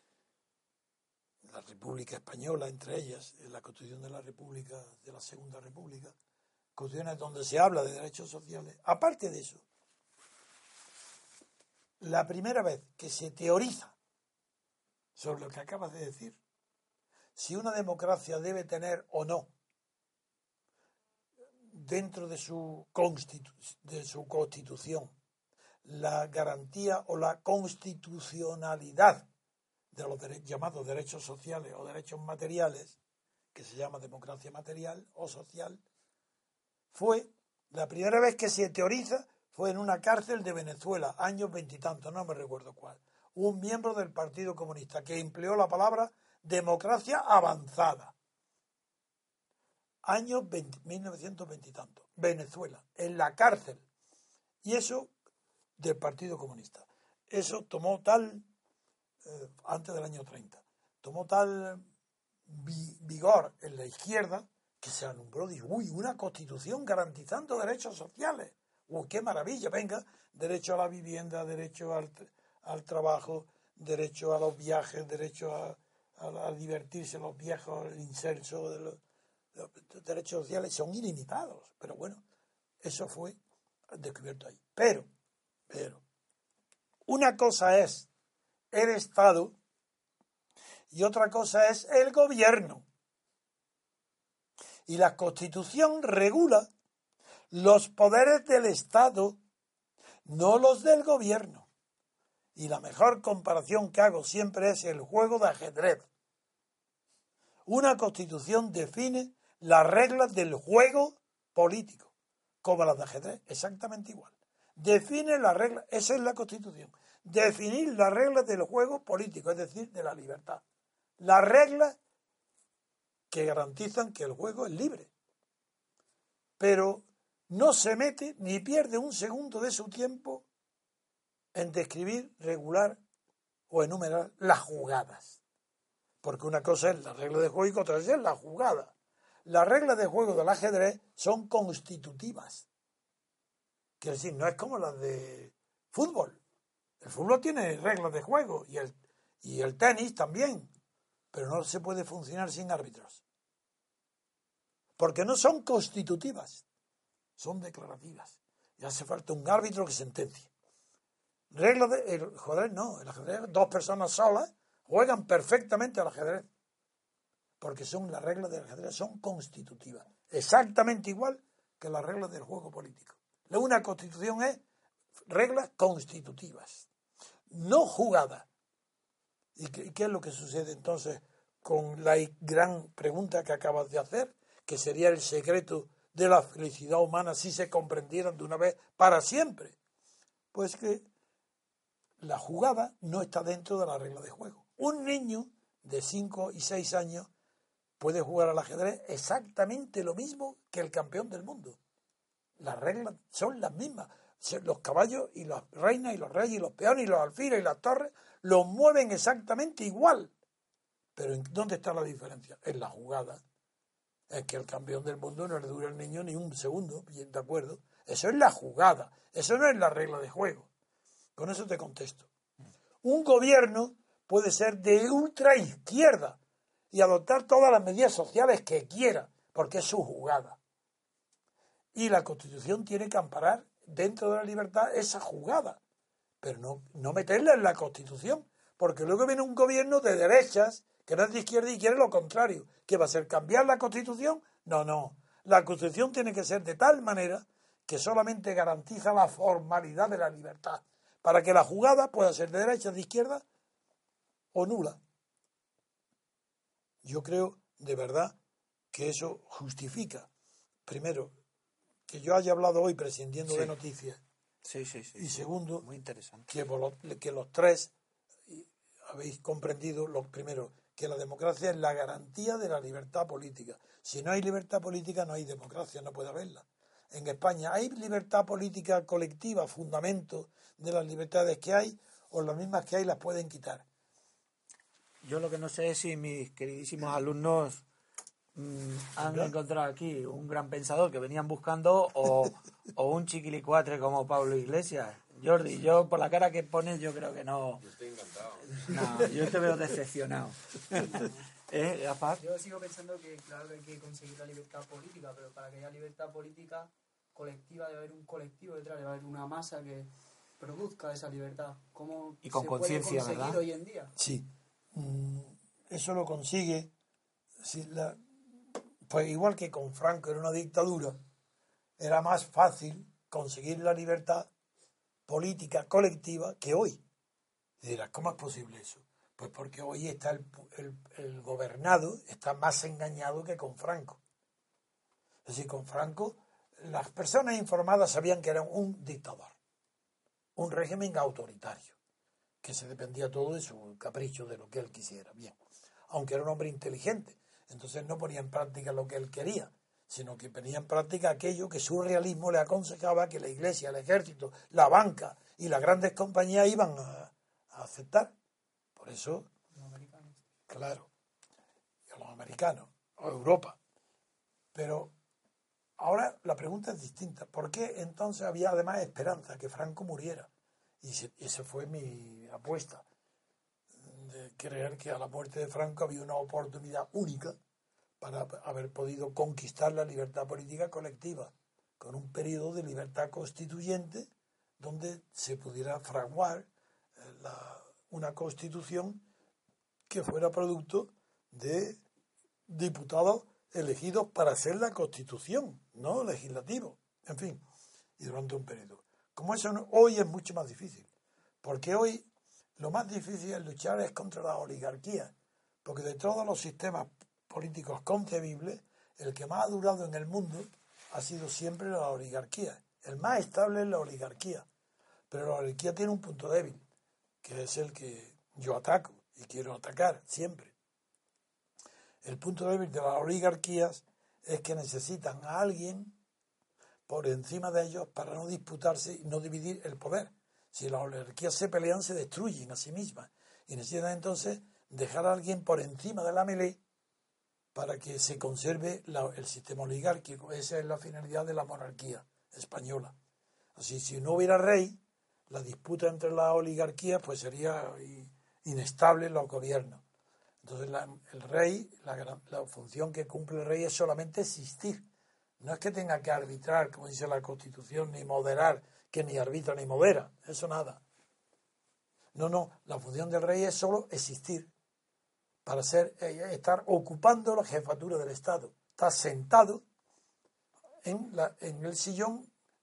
S3: la República Española entre ellas, la Constitución de la República, de la Segunda República, constituciones donde se habla de derechos sociales. Aparte de eso, la primera vez que se teoriza sobre lo que acabas de decir, si una democracia debe tener o no dentro de su, constitu de su constitución la garantía o la constitucionalidad de los dere llamados derechos sociales o derechos materiales, que se llama democracia material o social, fue la primera vez que se teoriza fue en una cárcel de Venezuela, años veintitantos, no me recuerdo cuál, un miembro del Partido Comunista que empleó la palabra democracia avanzada. Años mil novecientos veinte y tantos, Venezuela, en la cárcel. Y eso del Partido Comunista. Eso tomó tal, eh, antes del año treinta, tomó tal vi vigor en la izquierda que se alumbró, dijo, uy, una constitución garantizando derechos sociales. Uy, qué maravilla, venga, derecho a la vivienda, derecho al, al trabajo, derecho a los viajes, derecho a, a, a divertirse los viejos, el incenso, de los, los derechos sociales son ilimitados. Pero bueno, eso fue descubierto ahí. Pero, pero, una cosa es el Estado y otra cosa es el gobierno. Y la Constitución regula los poderes del Estado, no los del gobierno. Y la mejor comparación que hago siempre es el juego de ajedrez. Una Constitución define las reglas del juego político, como las de ajedrez, exactamente igual. Define las reglas, esa es la Constitución, definir las reglas del juego político, es decir, de la libertad. Las reglas que garantizan que el juego es libre. Pero no se mete ni pierde un segundo de su tiempo en describir, regular o enumerar las jugadas. Porque una cosa es la regla de juego y otra es la jugada. Las reglas de juego del ajedrez son constitutivas. Quiero decir, no es como las de fútbol. El fútbol tiene reglas de juego y el, y el tenis también. Pero no se puede funcionar sin árbitros. Porque no son constitutivas, son declarativas. Y hace falta un árbitro que sentencie. Reglas de el ajedrez no, el ajedrez, dos personas solas juegan perfectamente al ajedrez. Porque son las reglas del ajedrez, son constitutivas. Exactamente igual que las reglas del juego político. Una constitución es reglas constitutivas, no jugadas. ¿Y qué, qué es lo que sucede entonces con la gran pregunta que acabas de hacer? Que sería el secreto de la felicidad humana si se comprendieran de una vez para siempre. Pues que la jugada no está dentro de la regla de juego. Un niño de cinco y seis años puede jugar al ajedrez exactamente lo mismo que el campeón del mundo. Las reglas son las mismas. Los caballos y las reinas y los reyes y los peones y los alfiles y las torres los mueven exactamente igual. Pero ¿dónde está la diferencia? En la jugada. Es que el campeón del mundo no le dura al niño ni un segundo, bien de acuerdo. Eso es la jugada, eso no es la regla de juego. Con eso te contesto. Un gobierno puede ser de ultra izquierda y adoptar todas las medidas sociales que quiera, porque es su jugada. Y la Constitución tiene que amparar dentro de la libertad esa jugada, pero no, no meterla en la Constitución, porque luego viene un gobierno de derechas que no es de izquierda y quiere lo contrario. ¿Qué va a ser? ¿Cambiar la Constitución? No, no. La Constitución tiene que ser de tal manera que solamente garantiza la formalidad de la libertad, para que la jugada pueda ser de derecha, de izquierda o nula. Yo creo de verdad que eso justifica, primero, que yo haya hablado hoy prescindiendo sí. de noticias.
S4: Sí, sí, sí.
S3: Y segundo,
S4: muy interesante.
S3: Que, que los tres habéis comprendido, lo primero, que la democracia es la garantía de la libertad política. Si no hay libertad política, no hay democracia, no puede haberla. En España, ¿hay libertad política colectiva, fundamento de las libertades que hay, o las mismas que hay las pueden quitar?
S4: Yo lo que no sé es si mis queridísimos alumnos mmm, han ¿verdad? encontrado aquí un gran pensador que venían buscando o, o un chiquilicuatre como Pablo Iglesias. Jordi, yo por la cara que pones yo creo que no.
S5: Yo estoy encantado.
S4: No, yo te veo decepcionado. ¿Eh, Afar?
S6: Yo sigo pensando que claro que hay que conseguir la libertad política, pero para que haya libertad política colectiva debe haber un colectivo detrás, debe haber una masa que produzca esa libertad. ¿Cómo
S4: y con
S6: se puede
S4: conciencia,
S6: conseguir
S4: ¿verdad?
S6: hoy en día?
S3: Sí, mm, eso lo consigue. Si la, pues igual que con Franco era una dictadura, era más fácil conseguir la libertad política colectiva que hoy. Y dirás, ¿cómo es posible eso? Pues porque hoy está el, el, el gobernado, está más engañado que con Franco. Es decir, con Franco las personas informadas sabían que era un dictador, un régimen autoritario, que se dependía todo de su capricho, de lo que él quisiera. Bien, aunque era un hombre inteligente, entonces no ponía en práctica lo que él quería, sino que ponía en práctica aquello que su realismo le aconsejaba que la Iglesia, el ejército, la banca y las grandes compañías iban a, a aceptar. Por eso,
S6: Los americanos.
S3: Claro, a los americanos, o Europa. Pero ahora la pregunta es distinta. ¿Por qué entonces había además esperanza que Franco muriera? Y esa fue mi apuesta, de creer que a la muerte de Franco había una oportunidad única para haber podido conquistar la libertad política colectiva, con un periodo de libertad constituyente donde se pudiera fraguar la, una constitución que fuera producto de diputados elegidos para hacer la constitución, no legislativo, en fin, y durante un periodo. Como eso no, hoy es mucho más difícil, porque hoy lo más difícil es luchar es contra la oligarquía, porque de todos los sistemas políticos concebibles, el que más ha durado en el mundo ha sido siempre la oligarquía. El más estable es la oligarquía, pero la oligarquía tiene un punto débil, que es el que yo ataco y quiero atacar siempre. El punto débil de las oligarquías es que necesitan a alguien por encima de ellos para no disputarse y no dividir el poder. Si las oligarquías se pelean, se destruyen a sí mismas y necesitan entonces dejar a alguien por encima de la melee para que se conserve la, el sistema oligárquico. Esa es la finalidad de la monarquía española. Así, si no hubiera rey, la disputa entre las oligarquías pues sería inestable en los gobiernos. Entonces la, el rey, la, la función que cumple el rey es solamente existir. No es que tenga que arbitrar, como dice la Constitución, ni moderar, que ni arbitra ni modera. Eso nada. No, no, la función del rey es solo existir, para ser, eh, estar ocupando la jefatura del Estado. Está sentado en, la, en el sillón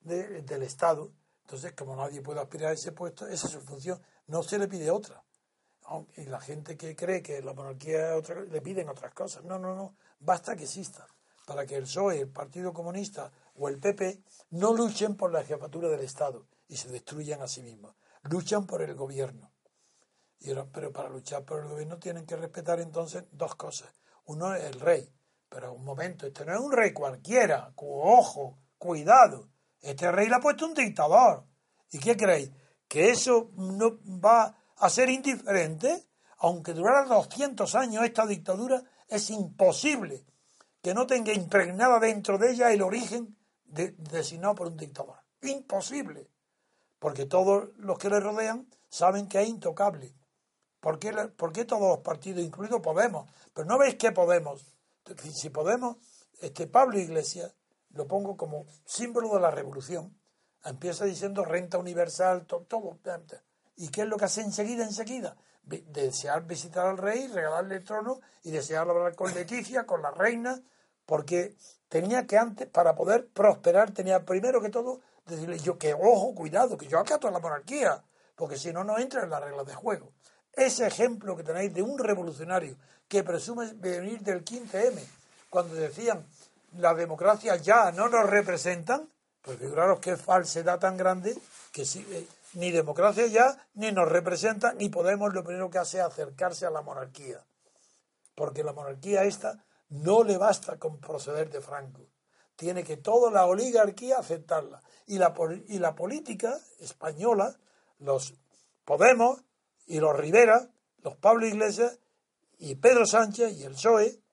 S3: de, del Estado. Entonces, como nadie puede aspirar a ese puesto, esa es su función. No se le pide otra. Y la gente que cree que la monarquía es otra, le piden otras cosas. No, no, no. Basta que exista. Para que el P S O E, el Partido Comunista o el P P no luchen por la jefatura del Estado y se destruyan a sí mismos. Luchan por el gobierno. Y, pero para luchar por el gobierno tienen que respetar entonces dos cosas. Uno es el rey. Pero un momento, este no es un rey cualquiera. Ojo, cuidado. Este rey le ha puesto un dictador. ¿Y qué creéis? ¿Que eso no va a ser indiferente? Aunque durara doscientos años esta dictadura, es imposible que no tenga impregnada dentro de ella el origen de, designado por un dictador. Imposible. Porque todos los que le rodean saben que es intocable. ¿Por qué, por qué todos los partidos, incluido Podemos? Pero no veis que Podemos, si Podemos, este Pablo Iglesias, lo pongo como símbolo de la revolución, empieza diciendo renta universal, todo, todo. ¿Y qué es lo que hace enseguida, enseguida? Desear visitar al rey, regalarle el trono y desear hablar con Leticia, con la reina, porque tenía que antes, para poder prosperar, tenía primero que todo decirle yo que, ojo, cuidado, que yo acato a la monarquía, porque si no, no entra en las reglas de juego. Ese ejemplo que tenéis de un revolucionario que presume venir del quince eme, cuando decían la democracia ya no nos representan, pues figuraros qué falsedad tan grande que si, eh, ni democracia ya ni nos representa, ni Podemos lo primero que hace es acercarse a la monarquía, porque la monarquía esta no le basta con proceder de Franco, tiene que toda la oligarquía aceptarla, y la, y la política española, los Podemos y los Rivera, los Pablo Iglesias y Pedro Sánchez y el P S O E,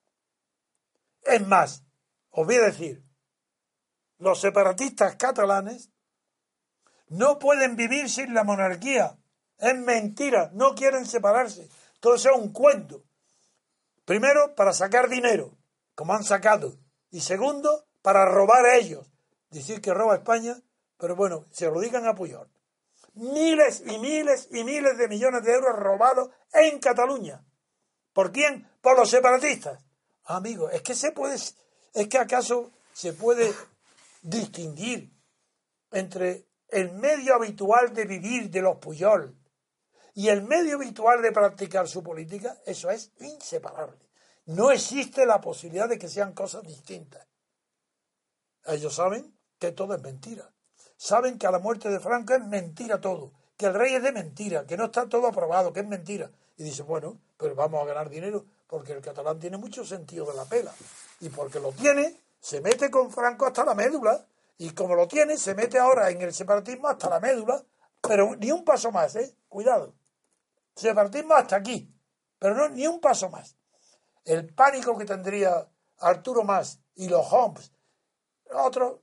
S3: es más, os voy a decir, los separatistas catalanes no pueden vivir sin la monarquía. Es mentira, no quieren separarse. Todo eso es un cuento. Primero, para sacar dinero, como han sacado. Y segundo, para robar a ellos. Decir que roba España, pero bueno, se lo digan a Pujol. Miles y miles y miles de millones de euros robados en Cataluña. ¿Por quién? Por los separatistas. Amigos, es que se puede, es que acaso se puede distinguir entre el medio habitual de vivir de los Pujol y el medio habitual de practicar su política. Eso es inseparable. No existe la posibilidad de que sean cosas distintas. Ellos saben que todo es mentira. Saben que a la muerte de Franco es mentira todo, que el rey es de mentira, que no está todo aprobado, que es mentira. Y dice, bueno, pero vamos a ganar dinero porque el catalán tiene mucho sentido de la pela. Y porque lo tiene, se mete con Franco hasta la médula. Y como lo tiene, se mete ahora en el separatismo hasta la médula. Pero ni un paso más, ¿eh? Cuidado. Separatismo hasta aquí. Pero no, ni un paso más. El pánico que tendría Arturo Mas y los Homs, otros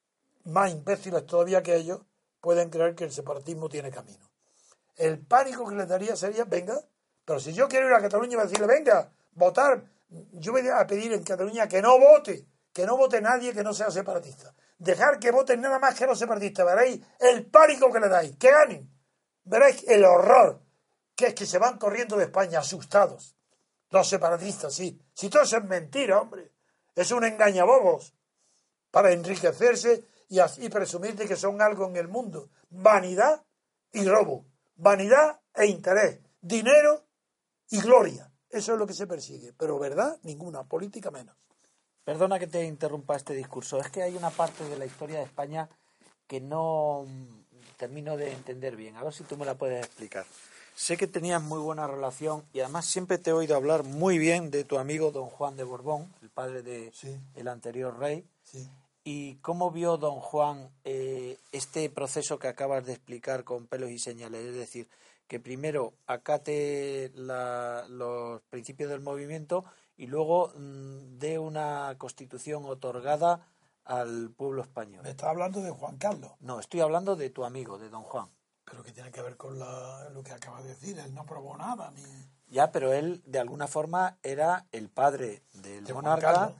S3: más imbéciles todavía que ellos, pueden creer que el separatismo tiene camino. El pánico que les daría sería, venga, pero si yo quiero ir a Cataluña y voy a decirle, venga, votar, yo voy a pedir en Cataluña que no vote, que no vote nadie que no sea separatista. Dejar que voten nada más que los separatistas. Veréis el pánico que le dais, que ganen. Veréis el horror, que es que se van corriendo de España asustados. Los separatistas, sí. Si todo eso es mentira, hombre. Es un engañabobos para enriquecerse y así presumir de que son algo en el mundo. Vanidad y robo. Vanidad e interés. Dinero y gloria. Eso es lo que se persigue. Pero verdad, ninguna. Política menos.
S4: Perdona que te interrumpa este discurso. Es que hay una parte de la historia de España que no termino de entender bien. A ver si tú me la puedes explicar. Sé que tenías muy buena relación y además siempre te he oído hablar muy bien de tu amigo don Juan de Borbón, el padre del
S3: sí.
S4: anterior rey.
S3: Sí.
S4: ¿Y cómo vio don Juan eh, este proceso que acabas de explicar con pelos y señales? Es decir, que primero acate la, los principios del movimiento y luego mmm, dé una constitución otorgada al pueblo español.
S3: ¿Me estás hablando de Juan Carlos?
S4: No, estoy hablando de tu amigo, de don Juan.
S3: Pero que tiene que ver con la, lo que acabas de decir, él no probó nada. Ni...
S4: Ya, pero él de alguna forma era el padre del
S3: de
S4: monarca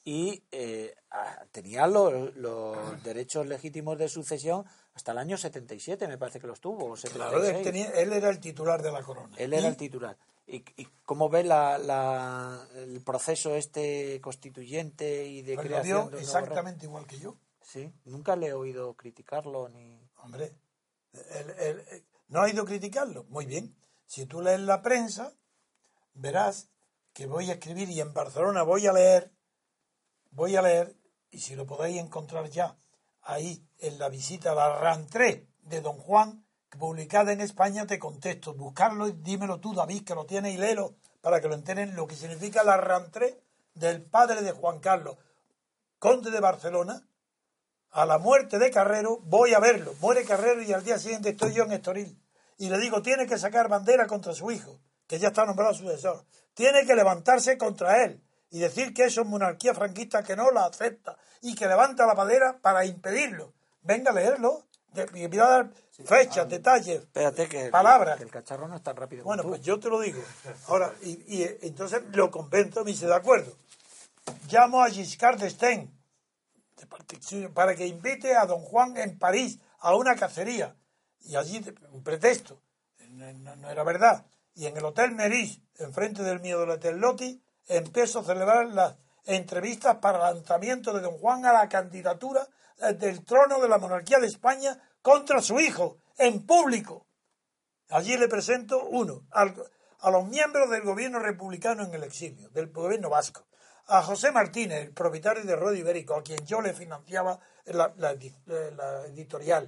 S4: y eh, tenía los, los derechos legítimos de sucesión hasta el año setenta y siete, me parece que los tuvo, o setenta y seis.
S3: Claro, él, tenía, él era el titular de la corona.
S4: Él era
S3: ¿Y?
S4: el titular. ¿Y, y cómo ve la, la, el proceso este constituyente y de
S3: pues
S4: creación?
S3: Lo vio exactamente igual que yo.
S4: Sí, nunca le he oído criticarlo ni...
S3: Hombre, el, el, el, ¿no ha oído criticarlo? Muy bien. Si tú lees la prensa, verás que voy a escribir y en Barcelona voy a leer, voy a leer, y si lo podéis encontrar ya, ahí en la visita a la rentrée de Don Juan, publicada en España, te contesto. Buscarlo y dímelo tú, David, que lo tienes, y léelo para que lo enteren lo que significa la rentrée del padre de Juan Carlos, conde de Barcelona. A la muerte de Carrero voy a verlo. Muere Carrero y al día siguiente estoy yo en Estoril. Y le digo, tiene que sacar bandera contra su hijo, que ya está nombrado sucesor. Tiene que levantarse contra él y decir que eso es monarquía franquista, que no la acepta y que levanta la bandera para impedirlo. Venga a leerlo. Y voy a dar fechas, detalles,
S4: Espérate que
S3: palabras.
S4: El, que el cacharro no es tan rápido.
S3: Bueno,
S4: como
S3: pues
S4: tú.
S3: yo te lo digo. Ahora, y, y entonces lo convenzo, me dice, de acuerdo. Llamo a Giscard d'Estaing para que invite a Don Juan en París a una cacería. Y allí, un pretexto, no, no era verdad. Y en el Hotel Meurice, enfrente del mío del Hotel Loti, empiezo a celebrar las entrevistas para el lanzamiento de Don Juan a la candidatura del trono de la monarquía de España contra su hijo, en público. Allí le presento, uno, al, a los miembros del gobierno republicano en el exilio, del gobierno vasco, a José Martínez, el propietario de Radio Ibérico, a quien yo le financiaba la, la, la editorial.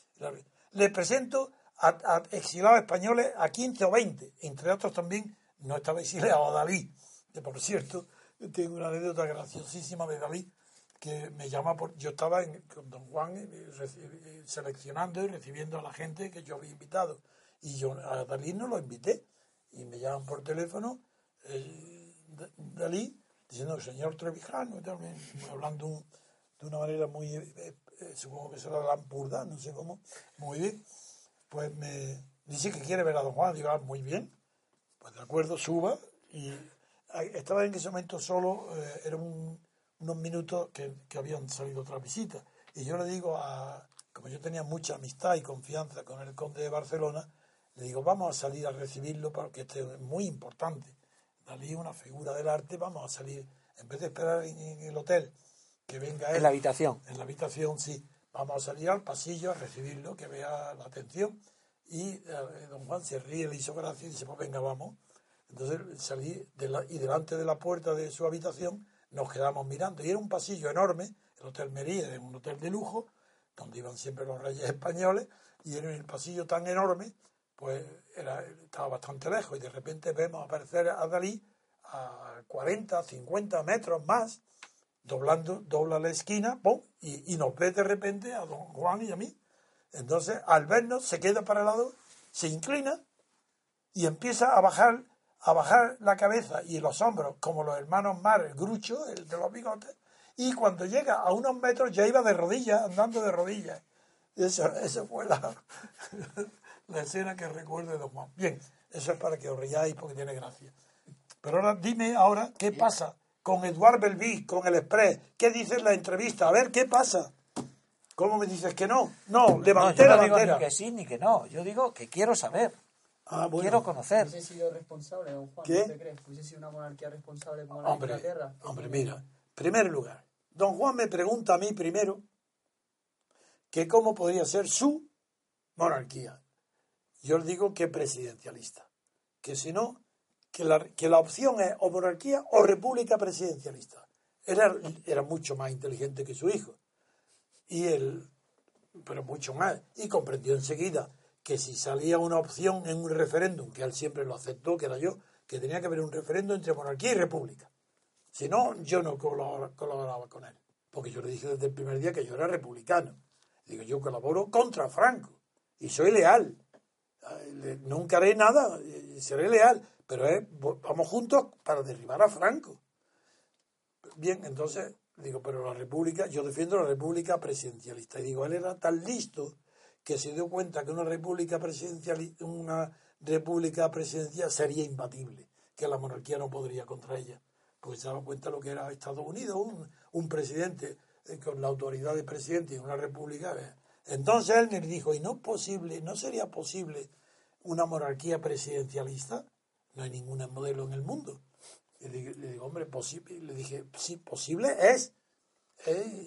S3: Le presento a, a exilados españoles, a quince o veinte, entre otros también, no estaba exiliado, a Dalí, que por cierto, tengo una anécdota graciosísima de Dalí, que me llama por, yo estaba en, con Don Juan eh, seleccionando y recibiendo a la gente que yo había invitado, y yo a Dalí no lo invité, y me llaman por teléfono eh, Dalí diciendo, señor Trevijano, hablando un, de una manera muy eh, eh, supongo que será Lampurda, no sé cómo, muy bien, pues me dice que quiere ver a Don Juan. Digo, ah, muy bien, pues de acuerdo, suba. Y estaba en ese momento solo, eh, eran un, unos minutos que, que habían salido otras visitas, y yo le digo, a como yo tenía mucha amistad y confianza con el conde de Barcelona, le digo, vamos a salir a recibirlo porque este es muy importante. Dalí es una figura del arte, vamos a salir, en vez de esperar en, en el hotel que venga él.
S4: En la habitación.
S3: En la habitación, sí. Vamos a salir al pasillo a recibirlo, que vea la atención. Y eh, don Juan se ríe, le hizo gracia y dice, pues venga, vamos. Entonces salí de la, y delante de la puerta de su habitación nos quedamos mirando. Y era un pasillo enorme, el Hotel Mería, es un hotel de lujo, donde iban siempre los reyes españoles, y en el pasillo tan enorme, pues era, estaba bastante lejos. Y de repente vemos aparecer a Dalí a cuarenta, cincuenta metros más, doblando, dobla la esquina, ¡pum! Y, y nos ve de repente a don Juan y a mí. Entonces, al vernos, se queda para el lado, se inclina y empieza a bajar, a bajar la cabeza y los hombros, como los hermanos Mar, el Grucho, el de los bigotes, y cuando llega a unos metros ya iba de rodillas, andando de rodillas. Eso, esa fue la, la escena que recuerdo de don Juan. Bien, eso es para que os riáis porque tiene gracia. Pero ahora dime ahora qué pasa con Eduard Belví, con el Express. ¿Qué dices en la entrevista? A ver, ¿qué pasa? ¿Cómo me dices que no? No, levanté
S4: no, yo
S3: la
S4: no digo
S3: bandera.
S4: ni que sí ni que no. Yo digo que quiero saber.
S3: Ah, bueno.
S4: Quiero conocer.
S6: ¿Hubiese sido responsable, don Juan?
S3: ¿Qué?
S6: ¿No te crees? ¿Hubiese sido una monarquía responsable como la de
S3: Hombre,
S6: Inglaterra?
S3: hombre, mira, en primer lugar, don Juan me pregunta a mí primero que cómo podría ser su monarquía. Yo le digo que presidencialista, que si no, que la, que la opción es o monarquía o república presidencialista. Era, era mucho más inteligente que su hijo, y él, pero mucho más, y comprendió enseguida que si salía una opción en un referéndum, que él siempre lo aceptó, que era yo, que tenía que haber un referéndum entre monarquía y república. Si no, yo no colaboraba con él, porque yo le dije desde el primer día que yo era republicano. Digo, yo colaboro contra Franco y soy leal. Nunca haré nada, seré leal, pero es, vamos juntos para derribar a Franco. Bien, entonces digo, pero la república, yo defiendo la república presidencialista. Y digo, él era tan listo que se dio cuenta que una república presidencial, una república presidencial sería imbatible, que la monarquía no podría contra ella, porque se daba cuenta de lo que era Estados Unidos, un, un presidente eh, con la autoridad de presidente y una república. Eh. Entonces él me dijo, ¿y no es posible, no sería posible una monarquía presidencialista? No hay ningún modelo en el mundo. Le digo, le digo hombre, posible. Le dije, sí, posible es. Eh,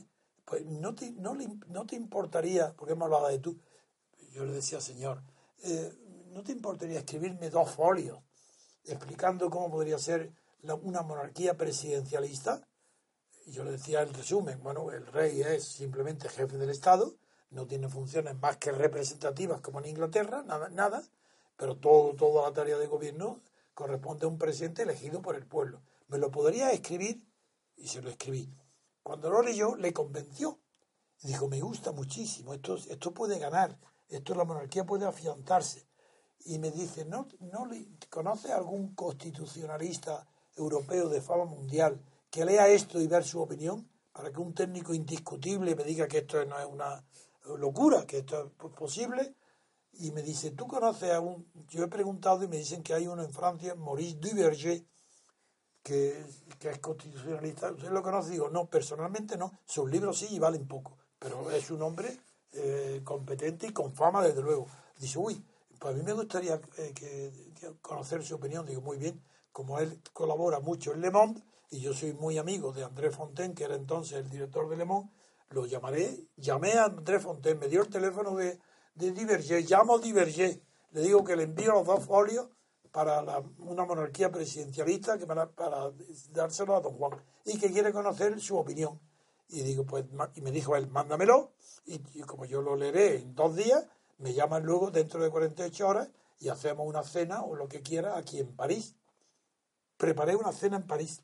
S3: pues no te, no, le, no te importaría, porque hemos hablado de tú, yo le decía, señor, eh, ¿no te importaría escribirme dos folios explicando cómo podría ser la, una monarquía presidencialista? Y yo le decía el resumen, bueno, el rey es simplemente jefe del Estado, no tiene funciones más que representativas como en Inglaterra, nada, nada, pero todo, toda la tarea de gobierno corresponde a un presidente elegido por el pueblo. ¿Me lo podría escribir? Y se lo escribí. Cuando lo leyó, le convenció. Dijo, me gusta muchísimo, esto, esto puede ganar, esto la monarquía puede afianzarse. Y me dice, ¿no, no conoce algún constitucionalista europeo de fama mundial que lea esto y ver su opinión? Para que un técnico indiscutible me diga que esto no es una locura, que esto es posible. Y me dice, ¿tú conoces a un...? Yo he preguntado y me dicen que hay uno en Francia, Maurice Duverger, que, que es constitucionalista. ¿Usted lo conoce? Digo, no, personalmente no. Sus libros sí y valen poco, pero es un hombre eh, competente y con fama, desde luego. Dice, uy, pues a mí me gustaría eh, que, que conocer su opinión. Digo, muy bien, como él colabora mucho en Le Monde, y yo soy muy amigo de André Fontaine, que era entonces el director de Le Monde, lo llamaré. Llamé a André Fontaine, me dio el teléfono de, de Duverger, llamo a Duverger, le digo que le envío los dos folios para la, una monarquía presidencialista, que para, para dárselo a don Juan, y que quiere conocer su opinión. Y digo, pues, y me dijo él, mándamelo, y, y como yo lo leeré en dos días, me llaman luego dentro de cuarenta y ocho horas y hacemos una cena o lo que quiera aquí en París. Preparé una cena en París,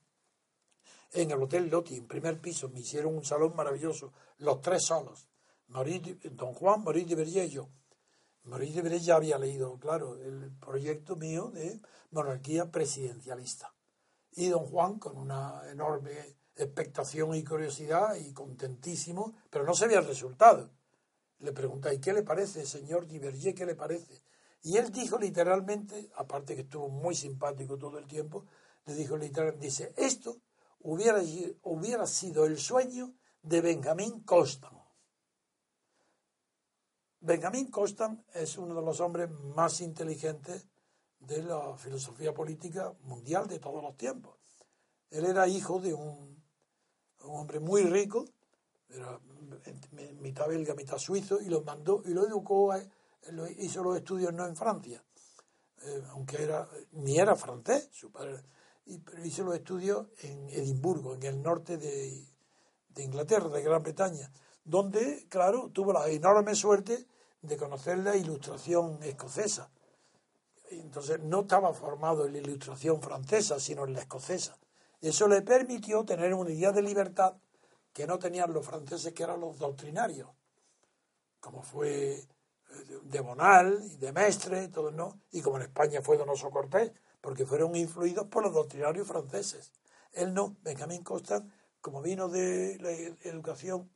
S3: en el Hotel Loti, en primer piso. Me hicieron un salón maravilloso, los tres solos, Maurice, don Juan, Maurice Duverger y yo. Maurice Duverger ya había leído, claro, el proyecto mío de monarquía presidencialista. Y don Juan, con una enorme expectación y curiosidad, y contentísimo, pero no sabía el resultado. Le pregunté, ¿y qué le parece, señor Duverger, qué le parece? Y él dijo literalmente, aparte que estuvo muy simpático todo el tiempo, le dijo literalmente, dice, esto hubiera, hubiera sido el sueño de Benjamin Constant. Benjamin Constant es uno de los hombres más inteligentes de la filosofía política mundial de todos los tiempos. Él era hijo de un, un hombre muy rico, era mitad belga, mitad suizo, y lo mandó y lo educó, a, lo, hizo los estudios no en Francia, eh, aunque era ni era francés, su padre, y, pero hizo los estudios en Edimburgo, en el norte de, de Inglaterra, de Gran Bretaña, donde, claro, tuvo la enorme suerte de conocer la ilustración escocesa. Entonces no estaba formado en la ilustración francesa, sino en la escocesa. Eso le permitió tener una idea de libertad que no tenían los franceses, que eran los doctrinarios, como fue de Bonal y de Mestre, todo, ¿no? Y como en España fue Donoso Cortés, porque fueron influidos por los doctrinarios franceses. Él no, Benjamin Constant, como vino de la educación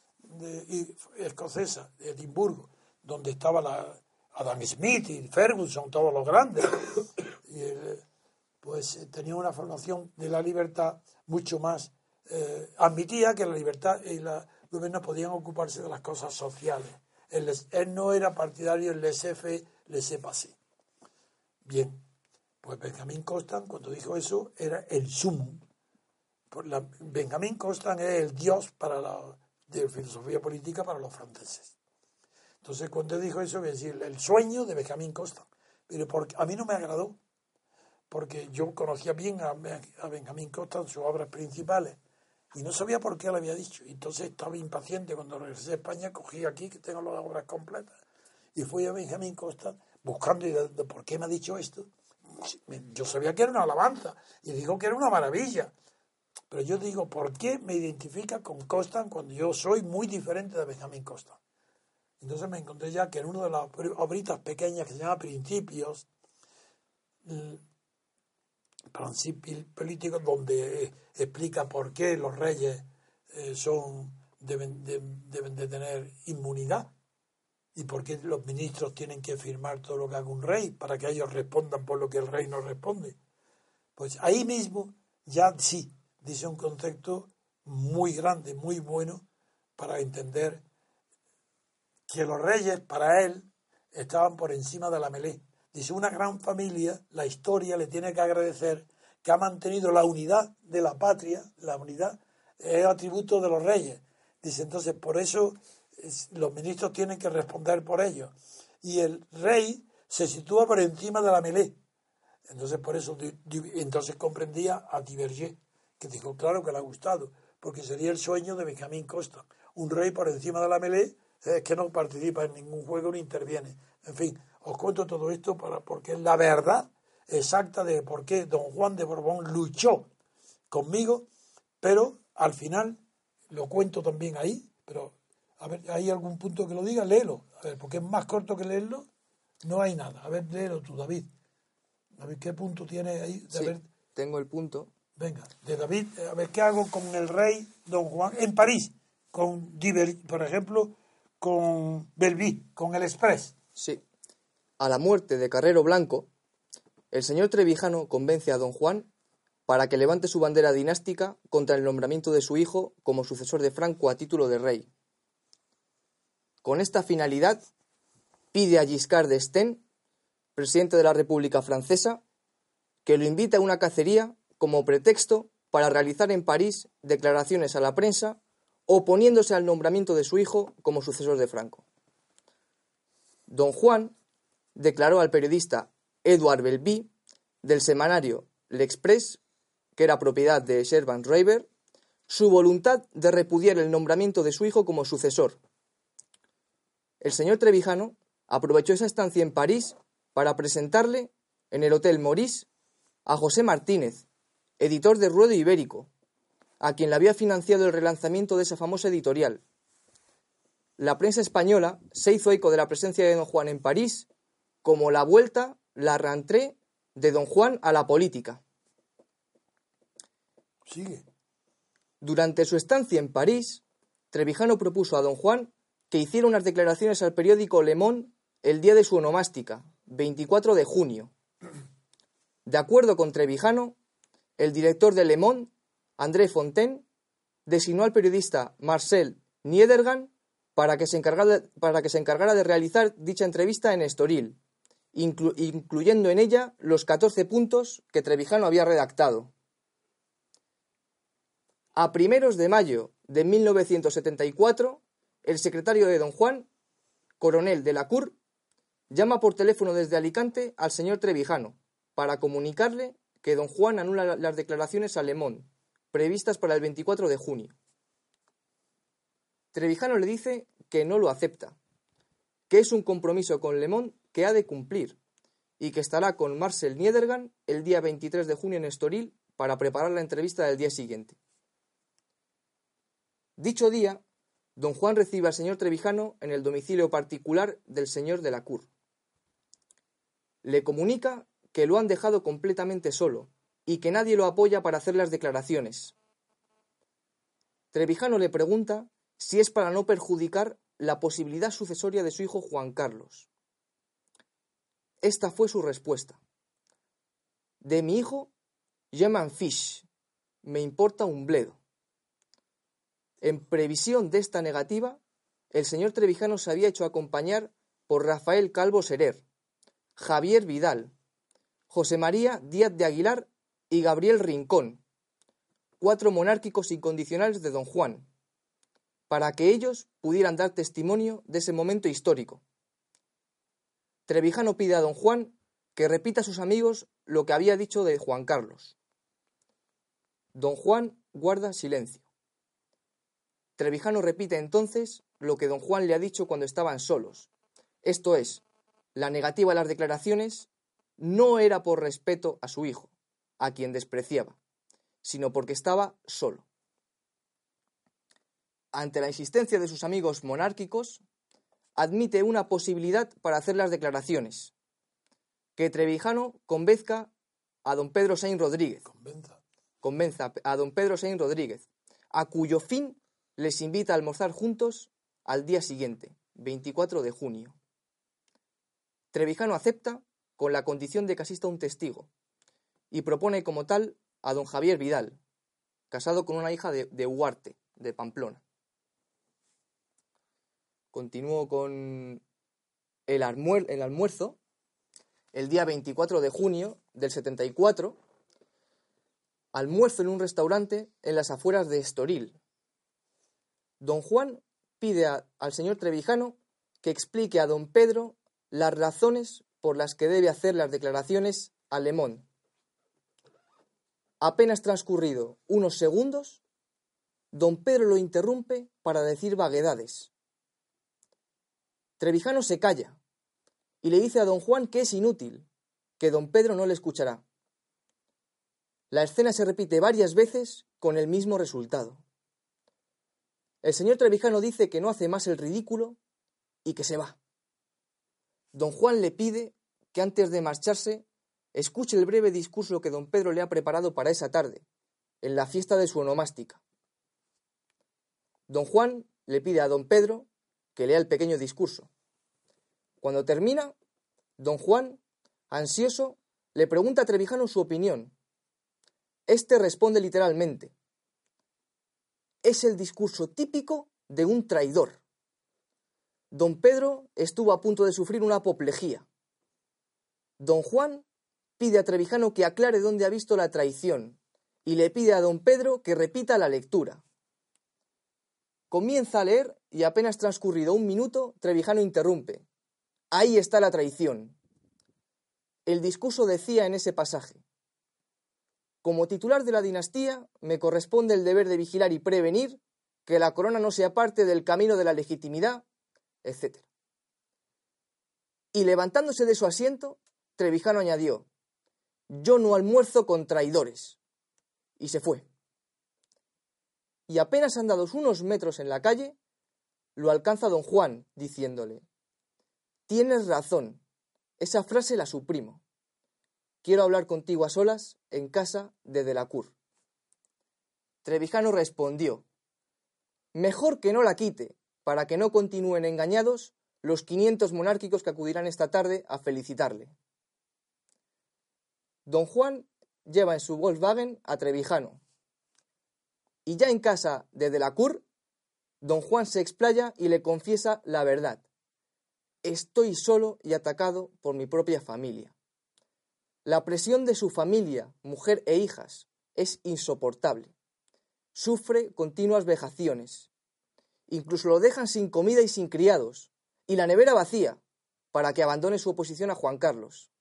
S3: de, escocesa, de Edimburgo, donde estaba la Adam Smith y Ferguson, todos los grandes, y él, pues tenía una formación de la libertad mucho más, eh, admitía que la libertad y la gobierno podían ocuparse de las cosas sociales. Él, él no era partidario del laissez-faire, laissez-passer. Bien, pues Benjamin Constant, cuando dijo eso, era el sumum. Por la, Benjamin Constant es el dios para la, de filosofía política para los franceses. Entonces, cuando dijo eso, voy a decir, el sueño de Benjamin Constant. Pero porque, a mí no me agradó, porque yo conocía bien a, a Benjamin Constant, sus obras principales, y no sabía por qué lo había dicho. Entonces estaba impaciente. Cuando regresé a España, cogí aquí, que tengo las obras completas, y fui a Benjamin Constant buscando y de, de por qué me ha dicho esto. Yo sabía que era una alabanza, y digo que era una maravilla. Pero yo digo, ¿por qué me identifica con Constant cuando yo soy muy diferente de Benjamin Constant? Entonces me encontré ya que en una de las obritas pequeñas que se llama Principios, Principios políticos, donde eh, explica por qué los reyes eh, son deben de, deben de tener inmunidad y por qué los ministros tienen que firmar todo lo que haga un rey para que ellos respondan por lo que el rey no responde. Pues ahí mismo ya sí dice un concepto muy grande, muy bueno para entender que los reyes, para él, estaban por encima de la melé. Dice, una gran familia, la historia le tiene que agradecer que ha mantenido la unidad de la patria, la unidad es atributo de los reyes, Dice, entonces, por eso es, los ministros tienen que responder por ellos. Y el rey se sitúa por encima de la mêlée. Entonces, por eso, di, di, entonces comprendía a Tiberger, que dijo, claro que le ha gustado, porque sería el sueño de Benjamín Constant. Un rey por encima de la mêlée es que no participa en ningún juego ni interviene. En fin, os cuento todo esto para, porque es la verdad exacta de por qué don Juan de Borbón luchó conmigo, pero al final lo cuento también ahí, pero a ver, ¿hay algún punto que lo diga? Léelo, a ver, porque es más corto que leerlo, no hay nada. A ver, léelo tú, David. A ver, ¿qué punto tiene ahí? De
S2: Sí,
S3: ver...
S2: tengo el punto.
S3: Venga, de David, a ver, ¿qué hago con el rey don Juan en París? Con Diver, por ejemplo, con Belví, con el Express.
S2: Sí. A la muerte de Carrero Blanco, el señor Trevijano convence a don Juan para que levante su bandera dinástica contra el nombramiento de su hijo como sucesor de Franco a título de rey. Con esta finalidad, pide a Giscard d'Estaing, presidente de la República Francesa, que lo invite a una cacería como pretexto para realizar en París declaraciones a la prensa oponiéndose al nombramiento de su hijo como sucesor de Franco. Don Juan declaró al periodista Edouard Belví del semanario L'Express, que era propiedad de Servan Schreiber, su voluntad de repudiar el nombramiento de su hijo como sucesor. El señor Trevijano aprovechó esa estancia en París para presentarle en el Hotel Maurice a José Martínez, editor de Ruedo Ibérico, a quien le había financiado el relanzamiento de esa famosa editorial. La prensa española se hizo eco de la presencia de don Juan en París como la vuelta, la rentrée de don Juan a la política.
S3: Sigue.
S2: Durante su estancia en París, Trevijano propuso a don Juan que hiciera unas declaraciones al periódico Le Monde el día de su onomástica, veinticuatro de junio. De acuerdo con Trevijano, el director de Le Monde, André Fontaine, designó al periodista Marcel Niedergan para que se encargara, para que se encargara de realizar dicha entrevista en Estoril, inclu, incluyendo en ella los catorce puntos que Trevijano había redactado. A primeros de mayo de mil novecientos setenta y cuatro, el secretario de don Juan, coronel de la Cour, llama por teléfono desde Alicante al señor Trevijano para comunicarle que don Juan anula las declaraciones a Le Monde, previstas para el veinticuatro de junio. Trevijano le dice que no lo acepta, que es un compromiso con Le Monde que ha de cumplir y que estará con Marcel Niedergan el día veintitrés de junio en Estoril para preparar la entrevista del día siguiente. Dicho día, don Juan recibe al señor Trevijano en el domicilio particular del señor de la Cour. Le comunica que lo han dejado completamente solo y que nadie lo apoya para hacer las declaraciones. Trevijano le pregunta si es para no perjudicar la posibilidad sucesoria de su hijo Juan Carlos. Esta fue su respuesta. De mi hijo, je m'en fiche, me importa un bledo. En previsión de esta negativa, el señor Trevijano se había hecho acompañar por Rafael Calvo Serer, Javier Vidal, José María Díaz de Aguilar y Gabriel Rincón, cuatro monárquicos incondicionales de don Juan, para que ellos pudieran dar testimonio de ese momento histórico. Trevijano pide a don Juan que repita a sus amigos lo que había dicho de Juan Carlos. Don Juan guarda silencio. Trevijano repite entonces lo que don Juan le ha dicho cuando estaban solos. Esto es, la negativa a las declaraciones no era por respeto a su hijo, a quien despreciaba, sino porque estaba solo. Ante la insistencia de sus amigos monárquicos, admite una posibilidad para hacer las declaraciones, que Trevijano convenzca a don Pedro Sainz Rodríguez,
S3: Convenza.
S2: convenza a don Pedro Sainz Rodríguez, a cuyo fin les invita a almorzar juntos al día siguiente, veinticuatro de junio. Trevijano acepta con la condición de que asista un testigo y propone como tal a don Javier Vidal, casado con una hija de, de Huarte, de Pamplona. Continúo con el, almuer- el almuerzo. El día veinticuatro de junio del setenta y cuatro, almuerzo en un restaurante en las afueras de Estoril. Don Juan pide a, al señor Trevijano que explique a don Pedro las razones por las que debe hacer las declaraciones a Le Monde. Apenas transcurrido unos segundos, don Pedro lo interrumpe para decir vaguedades. Trevijano se calla y le dice a don Juan que es inútil, que don Pedro no le escuchará. La escena se repite varias veces con el mismo resultado. El señor Trevijano dice que no hace más el ridículo y que se va. Don Juan le pide que antes de marcharse escuche el breve discurso que don Pedro le ha preparado para esa tarde, en la fiesta de su onomástica. Don Juan le pide a don Pedro que lea el pequeño discurso. Cuando termina, don Juan, ansioso, le pregunta a Trevijano su opinión. Este responde literalmente: es el discurso típico de un traidor. Don Pedro estuvo a punto de sufrir una apoplejía. Don Juan pide a Trevijano que aclare dónde ha visto la traición y le pide a don Pedro que repita la lectura. Comienza a leer y apenas transcurrido un minuto, Trevijano interrumpe. Ahí está la traición. El discurso decía en ese pasaje: como titular de la dinastía, me corresponde el deber de vigilar y prevenir que la corona no sea parte del camino de la legitimidad, etcétera. Y levantándose de su asiento, Trevijano añadió: yo no almuerzo con traidores. Y se fue. Y apenas andados unos metros en la calle, lo alcanza don Juan, diciéndole: tienes razón, esa frase la suprimo. Quiero hablar contigo a solas en casa de Delacour. Trevijano respondió: mejor que no la quite, para que no continúen engañados los quinientos monárquicos que acudirán esta tarde a felicitarle. Don Juan lleva en su Volkswagen a Trevijano. Y ya en casa de Delacour, don Juan se explaya y le confiesa la verdad. Estoy solo y atacado por mi propia familia. La presión de su familia, mujer e hijas, es insoportable. Sufre continuas vejaciones. Incluso lo dejan sin comida y sin criados, y la nevera vacía, para que abandone su oposición a Juan Carlos.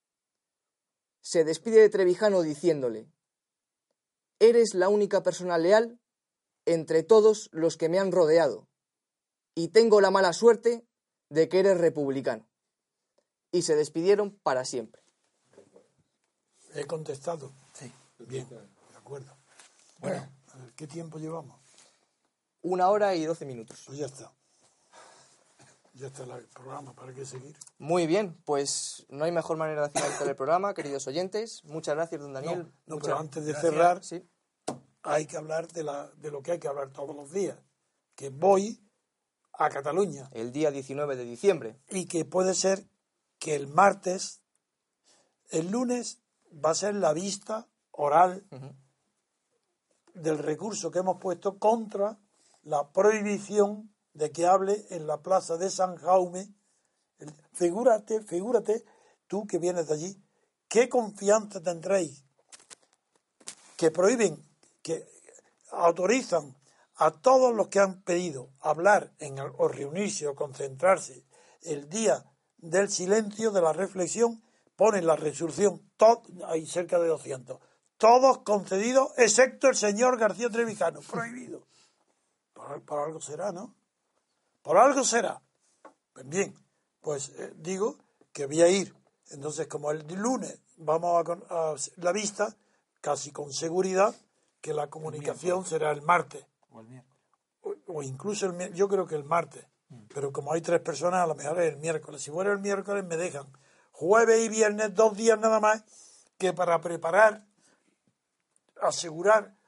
S2: Se despide de Trevijano diciéndole: eres la única persona leal entre todos los que me han rodeado, y tengo la mala suerte de que eres republicano. Y se despidieron para siempre.
S3: He contestado.
S4: Sí.
S3: Bien, de acuerdo. Bueno, a ver, ¿qué tiempo llevamos?
S2: Una hora y doce minutos.
S3: Pues ya está. Ya está el programa, ¿para qué seguir?
S2: Muy bien, pues no hay mejor manera de finalizar el programa, queridos oyentes. Muchas gracias, don Daniel.
S3: No, no
S2: Muchas...
S3: pero antes de
S2: gracias.
S3: cerrar,
S2: sí.
S3: hay que hablar de, la, de lo que hay que hablar todos los días. Que voy a Cataluña.
S2: El día diecinueve de diciembre.
S3: Y que puede ser que el martes, el lunes, va a ser la vista oral uh-huh. del recurso que hemos puesto contra la prohibición de que hable en la plaza de San Jaume. Figúrate, figúrate, tú que vienes de allí, qué confianza tendréis que prohíben, que autorizan a todos los que han pedido hablar en el, o reunirse o concentrarse el día del silencio, de la reflexión, ponen la resolución, todo, hay cerca de doscientos, todos concedidos, excepto el señor García Trevijano, prohibido. Por, por algo será, ¿no? Por algo será. Pues bien, pues eh, digo que voy a ir. Entonces, como el lunes vamos a, a la vista, casi con seguridad, que la comunicación el será el martes.
S4: O el miércoles.
S3: O, o incluso el yo creo que el martes. Mm. Pero como hay tres personas, a lo mejor es el miércoles. Si fuera el miércoles me dejan jueves y viernes, dos días nada más, que para preparar, asegurar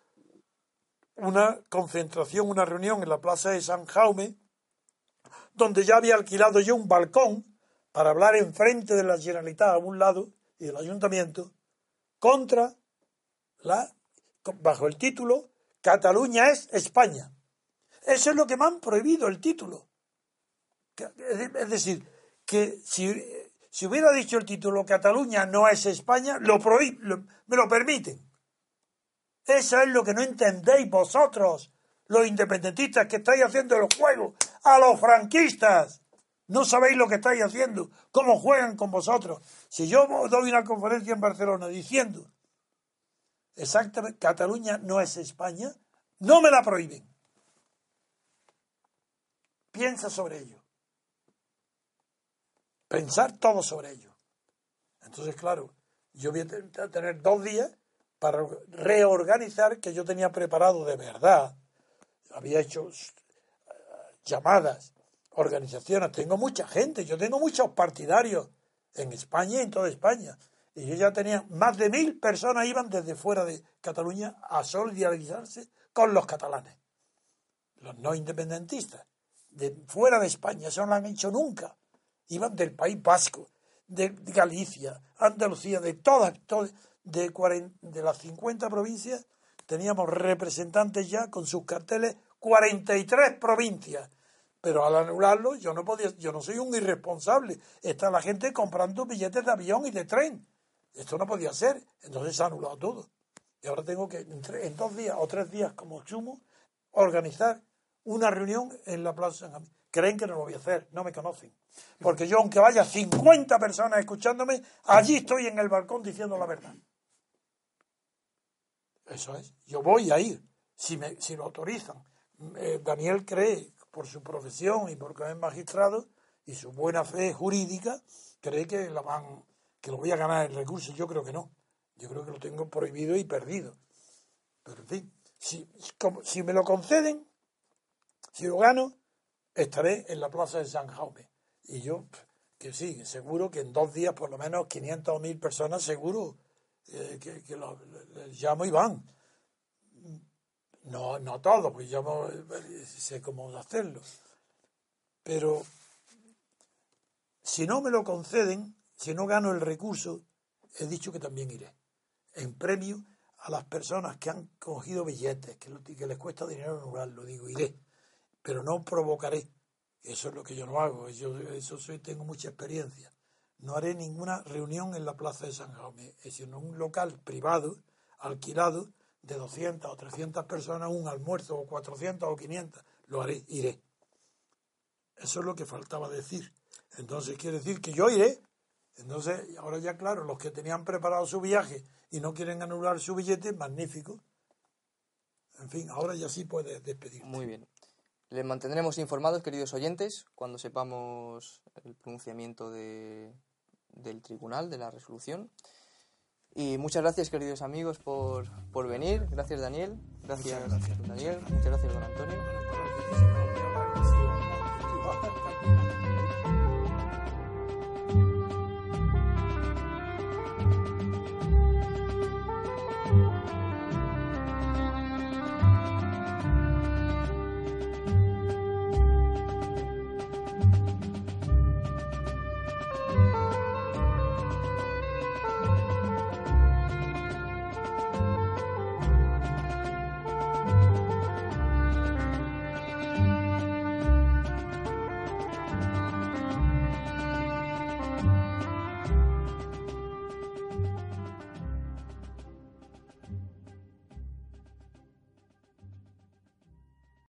S3: una concentración, una reunión en la plaza de San Jaume, donde ya había alquilado yo un balcón para hablar enfrente de la Generalitat a un lado y del Ayuntamiento, contra la, bajo el título Cataluña es España. Eso es lo que me han prohibido, el título. Es decir, que si, si hubiera dicho el título Cataluña no es España, lo prohíben, lo, me lo permiten. Eso es lo que no entendéis vosotros, los independentistas, que estáis haciendo el juego a los franquistas. No sabéis lo que estáis haciendo, cómo juegan con vosotros. Si yo doy una conferencia en Barcelona diciendo exactamente Cataluña no es España, no me la prohíben. Piensa sobre ello. Pensar todo sobre ello. Entonces, claro, yo voy a tener dos días para reorganizar, que yo tenía preparado de verdad. Había hecho uh, llamadas, organizaciones, tengo mucha gente, yo tengo muchos partidarios en España y en toda España. Y yo ya tenía más de mil personas iban desde fuera de Cataluña a solidarizarse con los catalanes, los no independentistas, de fuera de España, eso no lo han hecho nunca. Iban del País Vasco, de Galicia, Andalucía, de todas, todas de, cuarenta, de las cincuenta provincias, teníamos representantes ya con sus carteles, cuarenta y tres provincias. Pero al anularlo, yo no podía, yo no soy un irresponsable. Está la gente comprando billetes de avión y de tren. Esto no podía ser. Entonces se ha anulado todo. Y ahora tengo que, en, tres, en dos días o tres días como sumo, organizar una reunión en la Plaza San Javier. Creen que no lo voy a hacer, no me conocen. Porque yo, aunque vaya cincuenta personas escuchándome, allí estoy en el balcón diciendo la verdad. Eso es. Yo voy a ir, si, me, si lo autorizan. Eh, Daniel cree, por su profesión y porque es magistrado, y su buena fe jurídica, cree que, la van, que lo voy a ganar el recurso. Yo creo que no. Yo creo que lo tengo prohibido y perdido. Pero en fin, si, como, si me lo conceden, si lo gano, estaré en la plaza de San Jaume. Y yo, que sí, seguro que en dos días por lo menos quinientas o mil personas seguro eh, que, que lo, les llamo y van. No, no todos, pues yo sé cómo hacerlo. Pero si no me lo conceden, si no gano el recurso, he dicho que también iré. En premio a las personas que han cogido billetes, que, lo, que les cuesta dinero anularlo, digo, iré. Pero no provocaré. Eso es lo que yo no hago. Yo, eso soy, tengo mucha experiencia. No haré ninguna reunión en la plaza de San Jaume, sino en un local privado, alquilado, de doscientas o trescientas personas, un almuerzo, o cuatrocientas o quinientas. Lo haré, iré. Eso es lo que faltaba decir. Entonces quiere decir que yo iré. Entonces, ahora ya claro, los que tenían preparado su viaje y no quieren anular su billete, magnífico. En fin, ahora ya sí puedes despedirte.
S2: Muy bien. Les mantendremos informados, queridos oyentes, cuando sepamos el pronunciamiento de, del tribunal, de la resolución. Y muchas gracias, queridos amigos, por, por venir. Gracias, Daniel. Gracias,
S3: Muchas gracias.
S2: Daniel. Muchas gracias, don Antonio.